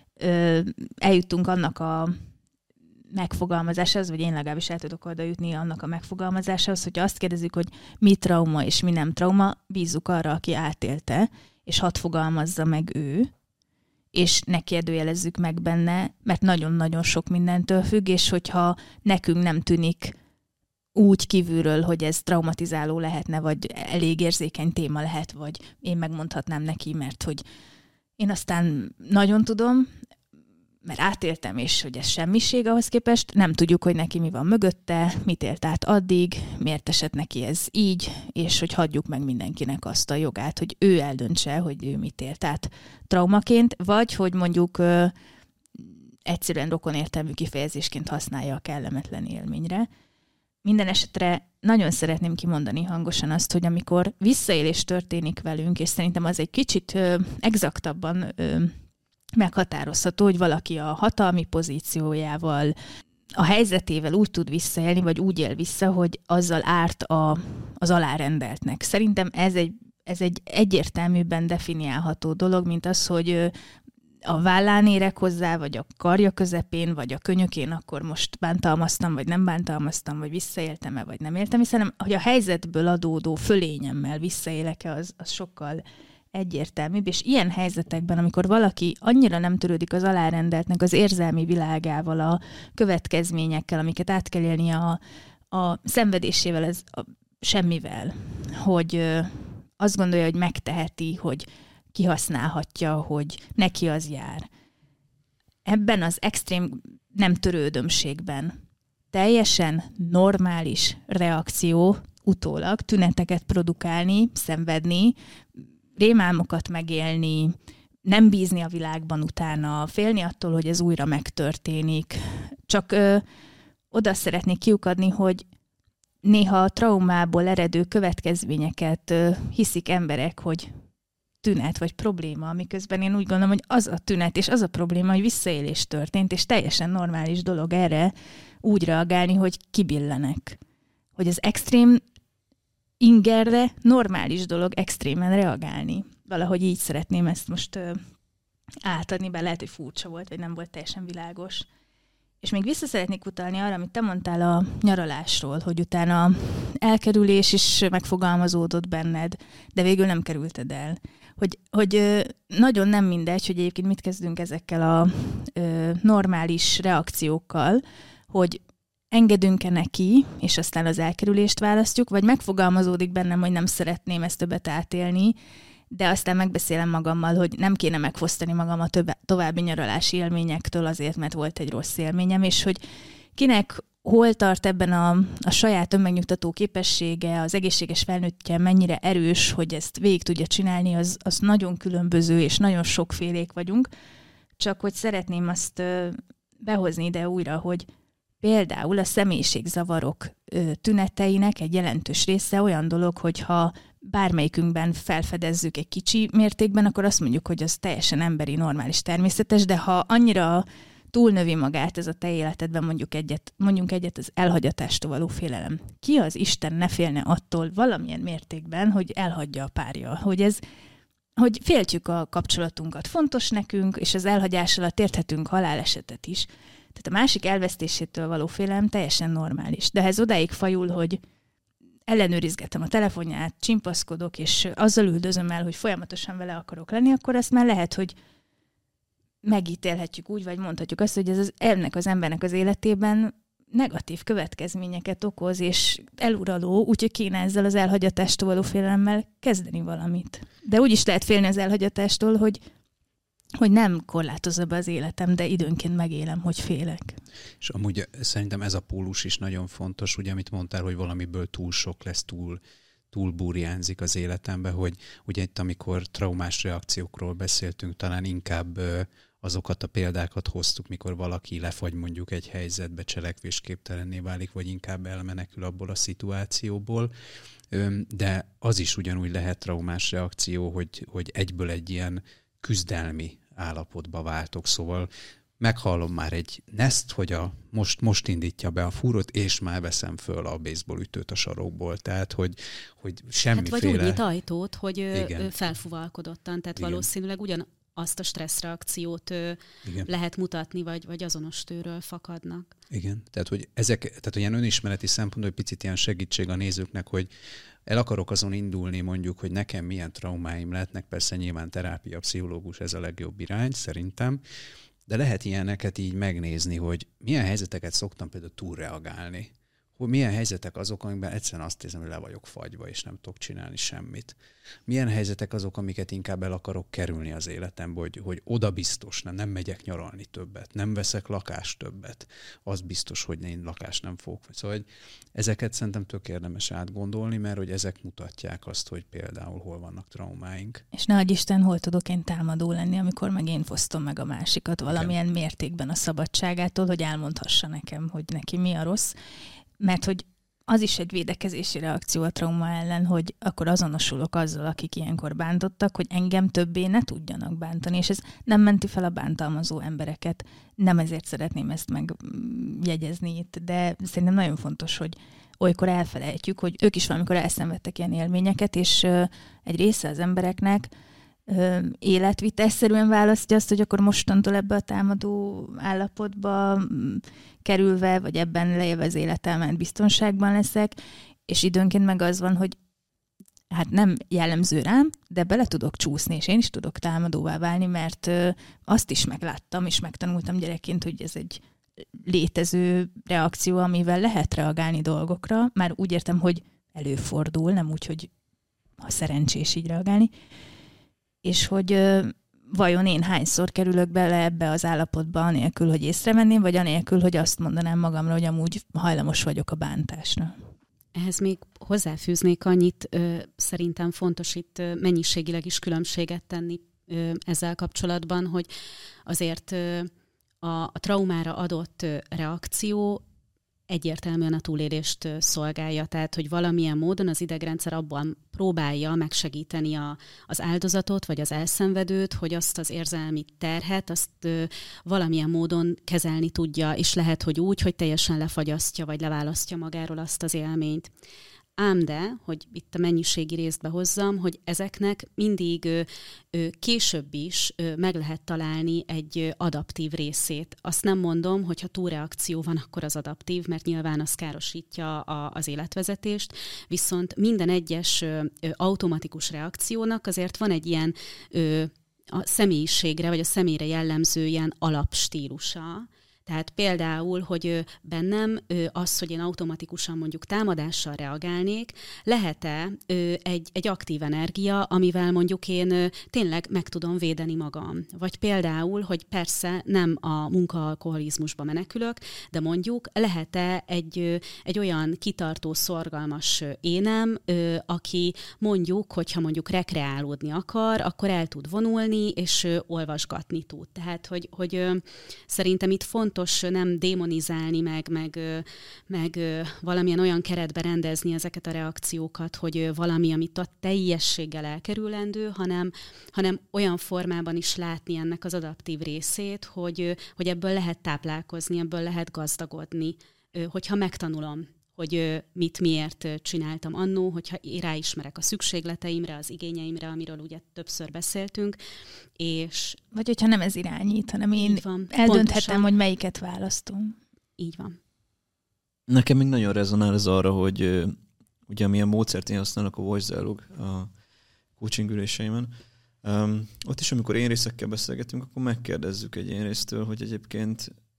eljutunk annak a megfogalmazásához, vagy én legalábbis el tudok oda jutni annak a megfogalmazásához, hogy azt kérdezzük, hogy mi trauma és mi nem trauma, bízzuk arra, aki átélte, és hadd fogalmazza meg ő, és ne kérdőjelezzük meg benne, mert nagyon-nagyon sok mindentől függ, és hogyha nekünk nem tűnik úgy kívülről, hogy ez traumatizáló lehetne, vagy elég érzékeny téma lehet, vagy én megmondhatnám neki, mert hogy én aztán nagyon tudom, mert átéltem, és hogy ez semmiség ahhoz képest, nem tudjuk, hogy neki mi van mögötte, mit élt át addig, miért esett neki ez így, és hogy hagyjuk meg mindenkinek azt a jogát, hogy ő eldöntse, hogy ő mit élt át traumaként, vagy hogy mondjuk egyszerűen rokonértelmű kifejezésként használja a kellemetlen élményre. Minden esetre nagyon szeretném kimondani hangosan azt, hogy amikor visszaélés történik velünk, és szerintem az egy kicsit exaktabban meghatározható, hogy valaki a hatalmi pozíciójával, a helyzetével úgy tud visszaélni, vagy úgy él vissza, hogy azzal árt az alárendeltnek. Szerintem ez egy egyértelműbben definiálható dolog, mint az, hogy a vállán érek hozzá, vagy a karja közepén, vagy a könyökén, akkor most bántalmaztam, vagy nem bántalmaztam, vagy visszaéltem-e, vagy nem éltem, hiszen hogy a helyzetből adódó fölényemmel visszaélek-e, az sokkal egyértelműbb, és ilyen helyzetekben, amikor valaki annyira nem törődik az alárendeltnek az érzelmi világával, a következményekkel, amiket át kell élni a szenvedésével, semmivel, hogy azt gondolja, hogy megteheti, hogy kihasználhatja, hogy neki az jár. Ebben az extrém nem törődömségben teljesen normális reakció utólag tüneteket produkálni, szenvedni, rémálmokat megélni, nem bízni a világban utána, félni attól, hogy ez újra megtörténik. Csak oda szeretnék kiukadni, hogy néha a traumából eredő következményeket hiszik emberek, hogy tünet vagy probléma, miközben én úgy gondolom, hogy az a tünet és az a probléma, hogy visszaélés történt, és teljesen normális dolog erre úgy reagálni, hogy kibillenek. Hogy az extrém ingerre normális dolog extrémen reagálni. Valahogy így szeretném ezt most átadni, bár lehet, hogy furcsa volt, vagy nem volt teljesen világos. És még vissza szeretnék utalni arra, amit te mondtál a nyaralásról, hogy utána elkerülés is megfogalmazódott benned, de végül nem kerülted el. Hogy nagyon nem mindegy, hogy egyébként mit kezdünk ezekkel a normális reakciókkal, hogy engedünk-e neki, és aztán az elkerülést választjuk, vagy megfogalmazódik bennem, hogy nem szeretném ezt többet átélni, de aztán megbeszélem magammal, hogy nem kéne megfosztani magam a további nyaralási élményektől azért, mert volt egy rossz élményem, és hogy kinek hol tart ebben a saját önmegnyugtató képessége, az egészséges felnőttje mennyire erős, hogy ezt végig tudja csinálni, az nagyon különböző, és nagyon sokfélék vagyunk. Csak hogy szeretném azt behozni ide újra, hogy például a személyiségzavarok tüneteinek egy jelentős része olyan dolog, hogyha bármelyikünkben felfedezzük egy kicsi mértékben, akkor azt mondjuk, hogy az teljesen emberi, normális, természetes, de ha annyira túlnövi magát ez a te életedben, mondjunk egyet az elhagyatástól való félelem. Ki az Isten ne félne attól valamilyen mértékben, hogy elhagyja a párja, hogy féltjük a kapcsolatunkat, fontos nekünk, és az elhagyás alatt érthetünk halálesetet is. Tehát a másik elvesztésétől való félelem teljesen normális. De ha ez odáig fajul, hogy ellenőrizgetem a telefonját, csimpaszkodok, és azzal üldözöm el, hogy folyamatosan vele akarok lenni, akkor azt már lehet, hogy megítélhetjük úgy, vagy mondhatjuk azt, hogy ez ennek az embernek az életében negatív következményeket okoz, és eluraló, úgyhogy kéne ezzel az elhagyatástól való félelemmel kezdeni valamit. De úgy is lehet félni az elhagyatástól, hogy nem korlátozza be az életem, de időnként megélem, hogy félek. És amúgy szerintem ez a pólus is nagyon fontos, ugye, amit mondtál, hogy valamiből túl sok lesz, túl burjánzik az életembe, hogy ugye itt, amikor traumás reakciókról beszéltünk, talán inkább azokat a példákat hoztuk, mikor valaki lefagy mondjuk egy helyzetbe, cselekvésképtelenné válik, vagy inkább elmenekül abból a szituációból. De az is ugyanúgy lehet traumás reakció, hogy egyből egy ilyen küzdelmi állapotba váltok. Szóval meghallom már egy neszt, hogy most indítja be a fúrót, és már veszem föl a baseballütőt a sarokból. Tehát, hogy semmiféle... Hát vagy úgy nyit ajtót, hogy igen. Felfúvalkodottan. Tehát igen. valószínűleg azt a stresszreakciót lehet mutatni, vagy azonos tőről fakadnak. Igen, tehát ilyen önismereti szempontból egy picit ilyen segítség a nézőknek, hogy el akarok azon indulni mondjuk, hogy nekem milyen traumáim lehetnek, persze nyilván terápia, pszichológus, ez a legjobb irány szerintem, de lehet ilyeneket így megnézni, hogy milyen helyzeteket szoktam például túlreagálni. Hogy milyen helyzetek azok, amikben egyszerűen azt érzem, hogy le vagyok fagyva, és nem tudok csinálni semmit. Milyen helyzetek azok, amiket inkább el akarok kerülni az életembe, hogy oda biztos, nem megyek nyaralni többet, nem veszek lakást többet, az biztos, hogy én lakást nem fogok. Szóval hogy ezeket szerintem tök érdemes átgondolni, mert hogy ezek mutatják azt, hogy például hol vannak traumáink. És ne adj Isten, hol tudok én támadó lenni, amikor meg én fosztom meg a másikat valamilyen mértékben a szabadságától, hogy elmondhassa nekem, hogy neki mi a rossz. Mert hogy az is egy védekezési reakció a trauma ellen, hogy akkor azonosulok azzal, akik ilyenkor bántottak, hogy engem többé ne tudjanak bántani, és ez nem menti fel a bántalmazó embereket. Nem ezért szeretném ezt megjegyezni itt, de szerintem nagyon fontos, hogy olykor elfelejtjük, hogy ők is valamikor elszenvedtek ilyen élményeket, és egy része az embereknek életvitesszerűen választja azt, hogy akkor mostantól ebbe a támadó állapotba kerülve, vagy ebben leélve az életelmen biztonságban leszek, és időnként meg az van, hogy hát nem jellemző rám, de bele tudok csúszni, és én is tudok támadóvá válni, mert azt is megláttam, és megtanultam gyerekként, hogy ez egy létező reakció, amivel lehet reagálni dolgokra. Már úgy értem, hogy előfordul, nem úgy, hogy ha szerencsés így reagálni. És hogy vajon én hányszor kerülök bele ebbe az állapotba, anélkül, hogy észrevenném, vagy anélkül, hogy azt mondanám magamra, hogy amúgy hajlamos vagyok a bántásra. Ehhez még hozzáfűznék annyit, szerintem fontos itt mennyiségileg is különbséget tenni ezzel kapcsolatban, hogy azért a traumára adott reakció egyértelműen a túlélést szolgálja, tehát hogy valamilyen módon az idegrendszer abban próbálja megsegíteni az áldozatot, vagy az elszenvedőt, hogy azt az érzelmi terhet, azt valamilyen módon kezelni tudja, és lehet, hogy úgy, hogy teljesen lefagyasztja, vagy leválasztja magáról azt az élményt. Ám de, hogy itt a mennyiségi részt behozzam, hogy ezeknek mindig később is meg lehet találni egy adaptív részét. Azt nem mondom, hogy ha túlreakció van, akkor az adaptív, mert nyilván az károsítja az életvezetést, viszont minden egyes automatikus reakciónak azért van egy ilyen a személyiségre, vagy a személyre jellemző ilyen alapstílusa. Tehát például, hogy bennem az, hogy én automatikusan mondjuk támadással reagálnék, lehet-e egy aktív energia, amivel mondjuk én tényleg meg tudom védeni magam. Vagy például, hogy persze nem a munkaalkoholizmusba menekülök, de mondjuk lehet-e egy olyan kitartó, szorgalmas énem, aki mondjuk, hogyha mondjuk rekreálódni akar, akkor el tud vonulni, és olvasgatni tud. Tehát, hogy szerintem itt fontos nem démonizálni, meg valamilyen olyan keretbe rendezni ezeket a reakciókat, hogy valami, amit a teljességgel elkerülendő, hanem olyan formában is látni ennek az adaptív részét, hogy ebből lehet táplálkozni, ebből lehet gazdagodni, hogyha megtanulom, hogy mit miért csináltam annó, hogyha ráismerek a szükségleteimre, az igényeimre, amiről ugye többször beszéltünk, és... Vagy hogyha nem ez irányít, hanem én eldönthetem, hogy melyiket választom. Így van. Nekem még nagyon rezonál ez arra, hogy ugye amilyen módszert én használok a Voice Dialogue a coaching üléseimen, ott is, amikor én részekkel beszélgetünk, akkor megkérdezzük egy én résztől, hogy egyébként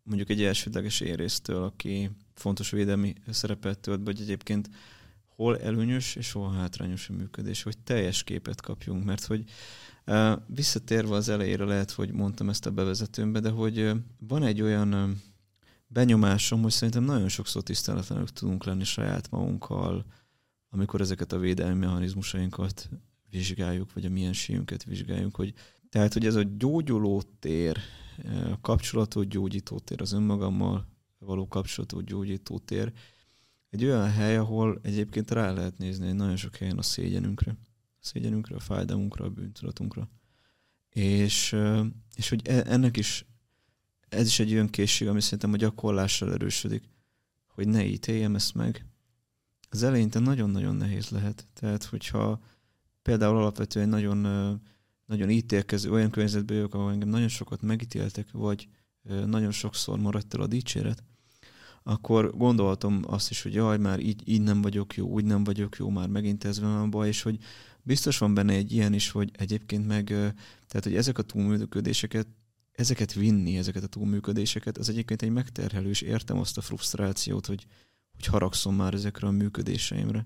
mondjuk egy elsődleges érésztől, aki fontos védelmi szerepet tölt be, hogy egyébként hol előnyös és hol hátrányos a működés, hogy teljes képet kapjunk, mert hogy visszatérve az elejére, lehet, hogy mondtam ezt a bevezetőmbe, de hogy van egy olyan benyomásom, hogy szerintem nagyon sokszor tiszteletlenek tudunk lenni saját magunkkal, amikor ezeket a védelmi mechanizmusainkat vizsgáljuk, vagy a mienségünket vizsgáljuk, tehát, hogy ez a gyógyuló tér, a kapcsolatot gyógyító tér, az önmagammal való kapcsolatot gyógyító tér, egy olyan hely, ahol egyébként rá lehet nézni egy nagyon sok helyen a szégyenünkre, a fájdalmunkra, a bűntudatunkra. És hogy ennek is, ez is egy olyan készség, ami szerintem a gyakorlással erősödik, hogy ne ítéljem ezt meg. Az eleinte nagyon-nagyon nehéz lehet. Tehát, hogyha például alapvetően nagyon, nagyon ítélkező, olyan környezetben vagyok, ahol engem nagyon sokat megítéltek, vagy nagyon sokszor maradt el a dicséret, akkor gondoltam azt is, hogy jaj, már így nem vagyok jó, úgy nem vagyok jó, már megint ez van a baj, és hogy biztos van benne egy ilyen is, hogy egyébként meg, tehát, hogy ezek a túlműködéseket, ezeket a túlműködéseket, az egyébként egy megterhelő, és értem azt a frusztrációt, hogy haragszom már ezekre a működéseimre.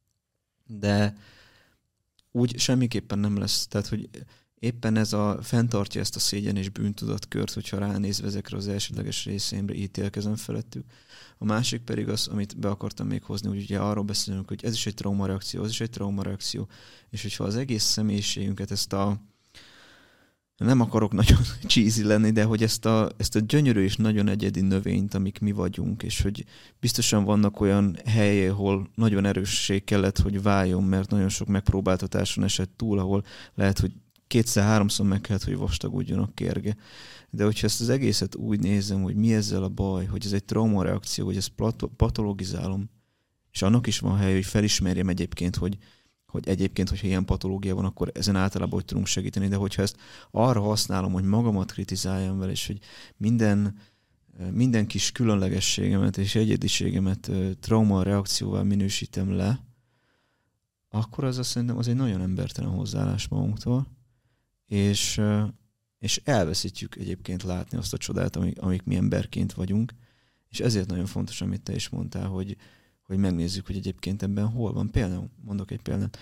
De úgy semmiképpen nem lesz, tehát, hogy éppen fenntartja ezt a szégyen és bűntudatkört, hogyha ránézve ezekre az elsődleges részeimre ítélkezem felettük. A másik pedig az, amit be akartam még hozni, hogy ugye arról beszélünk, hogy ez is egy traumareakció, az is egy traumareakció, és hogyha az egész személyiségünket, nem akarok nagyon cheesy lenni, de hogy ezt a gyönyörű és nagyon egyedi növényt, amik mi vagyunk, és hogy biztosan vannak olyan helyek, ahol nagyon erősség kellett, hogy váljon, mert nagyon sok megpróbáltatáson esett túl, ahol lehet, hogy 2-3-szor meg kellett, hogy vastagodjon a kérge. De hogyha ezt az egészet úgy nézem, hogy mi ezzel a baj, hogy ez egy traumareakció, hogy ezt patologizálom, és annak is van hely, hogy felismerjem egyébként, hogy egyébként, hogyha ilyen patológia van, akkor ezen általában hogy tudunk segíteni, de hogyha ezt arra használom, hogy magamat kritizáljam vele, és hogy minden kis különlegességemet és egyediségemet traumareakcióval minősítem le, akkor az azt szerintem az egy nagyon embertelen hozzáállás magunktól, és elveszítjük egyébként látni azt a csodát, amik mi emberként vagyunk, és ezért nagyon fontos, amit te is mondtál, hogy megnézzük, hogy egyébként ebben hol van. Például, mondok egy példát.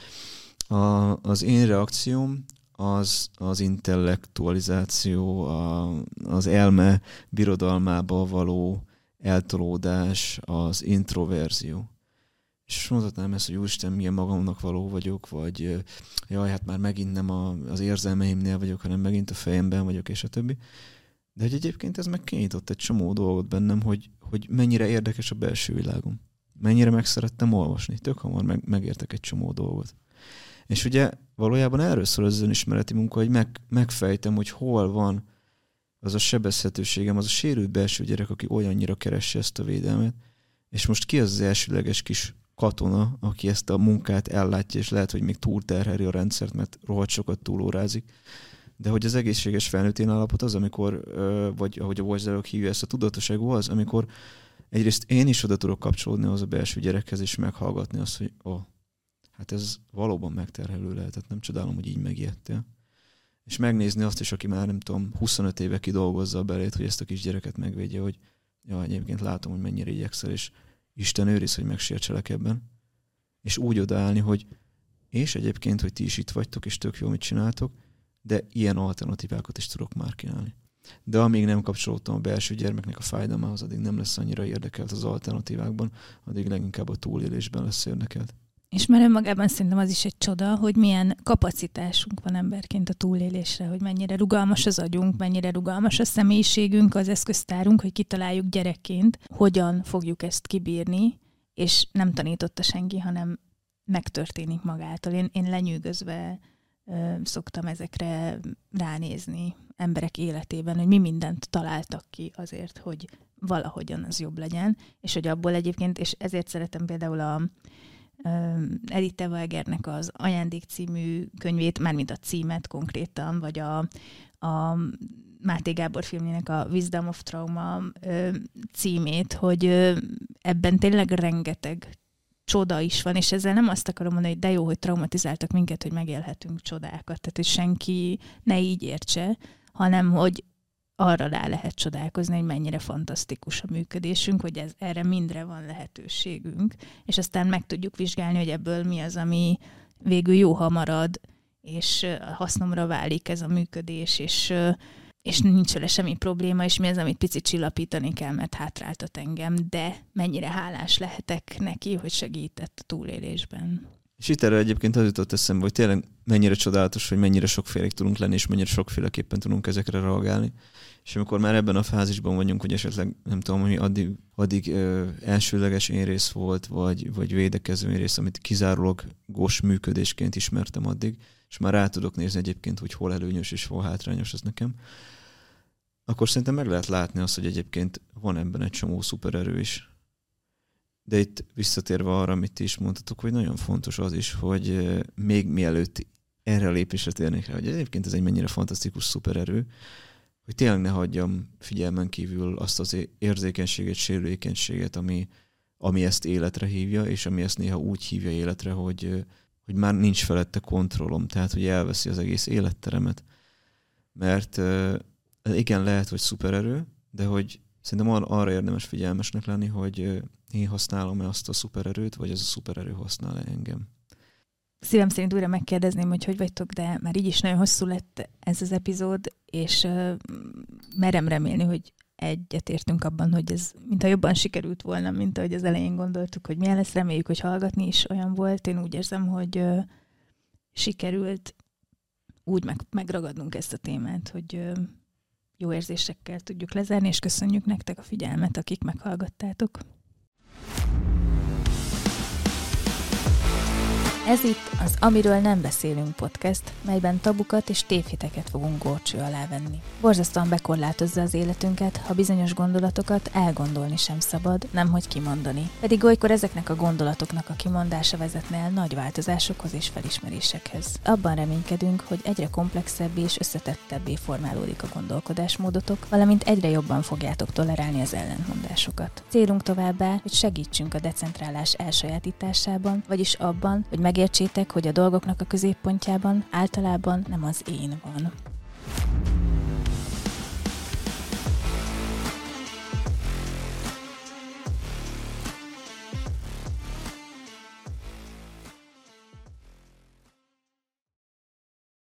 Az én reakcióm az intellektualizáció, az elme birodalmába való eltolódás, az introverzió. És mondhatnám ezt, hogy úristen, milyen magamnak való vagyok, vagy jaj, hát már megint nem az érzelmeimnél vagyok, hanem megint a fejemben vagyok, és a többi. De hogy egyébként ez meg kinyitott egy csomó dolgot bennem, hogy mennyire érdekes a belső világom. Mennyire meg szerettem olvasni. Tök hamar megértek egy csomó dolgot. És ugye valójában erről szól az önismereti munka, hogy megfejtem, hogy hol van az a sebezhetőségem, az a sérült belső gyerek, aki olyannyira keresse ezt a védelmet. És most ki az elsődleges kis katona, aki ezt a munkát ellátja, és lehet, hogy még túlterheli a rendszert, mert rohadt sokat túlórázik. De hogy az egészséges felnőttén állapot az, amikor, vagy ahogy a Voice hívja ezt a tudatosság, az, amikor egyrészt én is oda tudok kapcsolódni az a belső gyerekhez, és meghallgatni azt, hogy hát ez valóban megterhelő lehetett, nem csodálom, hogy így megijedtél. És megnézni azt is, aki már nem tudom, 25 éve kidolgozza a belét, hogy ezt a kis gyereket megvédje, hogy egyébként látom, hogy mennyire igyekszel, és Isten őriz, hogy megsértselek ebben. És úgy odaállni, hogy és egyébként, hogy ti is itt vagytok, és tök jó, mit csináltok, de ilyen alternatívákat is tudok már kínálni. De amíg nem kapcsolódtam a belső gyermeknek a fájdalmához, addig nem lesz annyira érdekelt az alternatívákban, addig leginkább a túlélésben lesz érdekelt. És már önmagában szerintem az is egy csoda, hogy milyen kapacitásunk van emberként a túlélésre, hogy mennyire rugalmas az agyunk, mennyire rugalmas a személyiségünk, az eszköztárunk, hogy kitaláljuk gyerekként, hogyan fogjuk ezt kibírni, és nem tanította senki, hanem megtörténik magától. Én lenyűgözve szoktam ezekre ránézni emberek életében, hogy mi mindent találtak ki azért, hogy valahogyan az jobb legyen, és hogy abból egyébként, és ezért szeretem például a Edith Evagernek az Ajándék című könyvét, mármint a címet konkrétan, vagy a Máté Gábor filmjének a Wisdom of Trauma címét, hogy ebben tényleg rengeteg csoda is van, és ezzel nem azt akarom mondani, hogy de jó, hogy traumatizáltak minket, hogy megélhetünk csodákat, tehát hogy senki ne így értse, hanem hogy arra rá lehet csodálkozni, hogy mennyire fantasztikus a működésünk, hogy erre mindre van lehetőségünk, és aztán meg tudjuk vizsgálni, hogy ebből mi az, ami végül jó, ha marad, és hasznomra válik ez a működés, és nincs vele semmi probléma, és mi az, amit picit csillapítani kell, mert hátráltat engem, de mennyire hálás lehetek neki, hogy segített a túlélésben. És itt erre egyébként az jutott eszembe, hogy tényleg mennyire csodálatos, hogy mennyire sokfélék tudunk lenni, és mennyire sokféleképpen tudunk ezekre reagálni. És amikor már ebben a fázisban vagyunk, hogy esetleg nem tudom, hogy addig elsőleges énrész volt, vagy védekező énrész, amit kizárólagos működésként ismertem addig, és már rá tudok nézni egyébként, hogy hol előnyös és hol hátrányos ez nekem, akkor szerintem meg lehet látni azt, hogy egyébként van ebben egy csomó szupererő is. De itt visszatérve arra, amit ti is mondtatok, hogy nagyon fontos az is, hogy még mielőtt erre a lépésre térnék rá, hogy egyébként ez egy mennyire fantasztikus szupererő, hogy tényleg ne hagyjam figyelmen kívül azt az érzékenységet, sérülékenységet, ami ezt életre hívja, és ami ezt néha úgy hívja életre, hogy már nincs felette kontrollom, tehát hogy elveszi az egész életteremet. Mert igen, lehet, hogy szupererő, de hogy szerintem arra érdemes figyelmesnek lenni, hogy én használom-e azt a szupererőt, vagy ez a szupererő használ-e engem. Szívem szerint újra megkérdezném, hogy vagytok, de már így is nagyon hosszú lett ez az epizód, és merem remélni, hogy egyetértünk abban, hogy ez mintha jobban sikerült volna, mint ahogy az elején gondoltuk, hogy milyen lesz. Reméljük, hogy hallgatni is olyan volt. Én úgy érzem, hogy sikerült úgy megragadnunk ezt a témát, hogy jó érzésekkel tudjuk lezárni, és köszönjük nektek a figyelmet, akik meghallgattátok. Ez itt az Amiről nem beszélünk podcast, melyben tabukat és tévhiteket fogunk górcső alá venni. Borzasztóan bekorlátozza az életünket, ha bizonyos gondolatokat elgondolni sem szabad, nemhogy kimondani. Pedig olykor ezeknek a gondolatoknak a kimondása vezetne el nagy változásokhoz és felismerésekhez. Abban reménykedünk, hogy egyre komplexebbé és összetettebbé formálódik a gondolkodásmódotok, valamint egyre jobban fogjátok tolerálni az ellentmondásokat. Célunk továbbá, hogy segítsünk a decentrálás elsajátításában, vagyis abban, hogy megértsétek, hogy a dolgoknak a középpontjában általában nem az én van.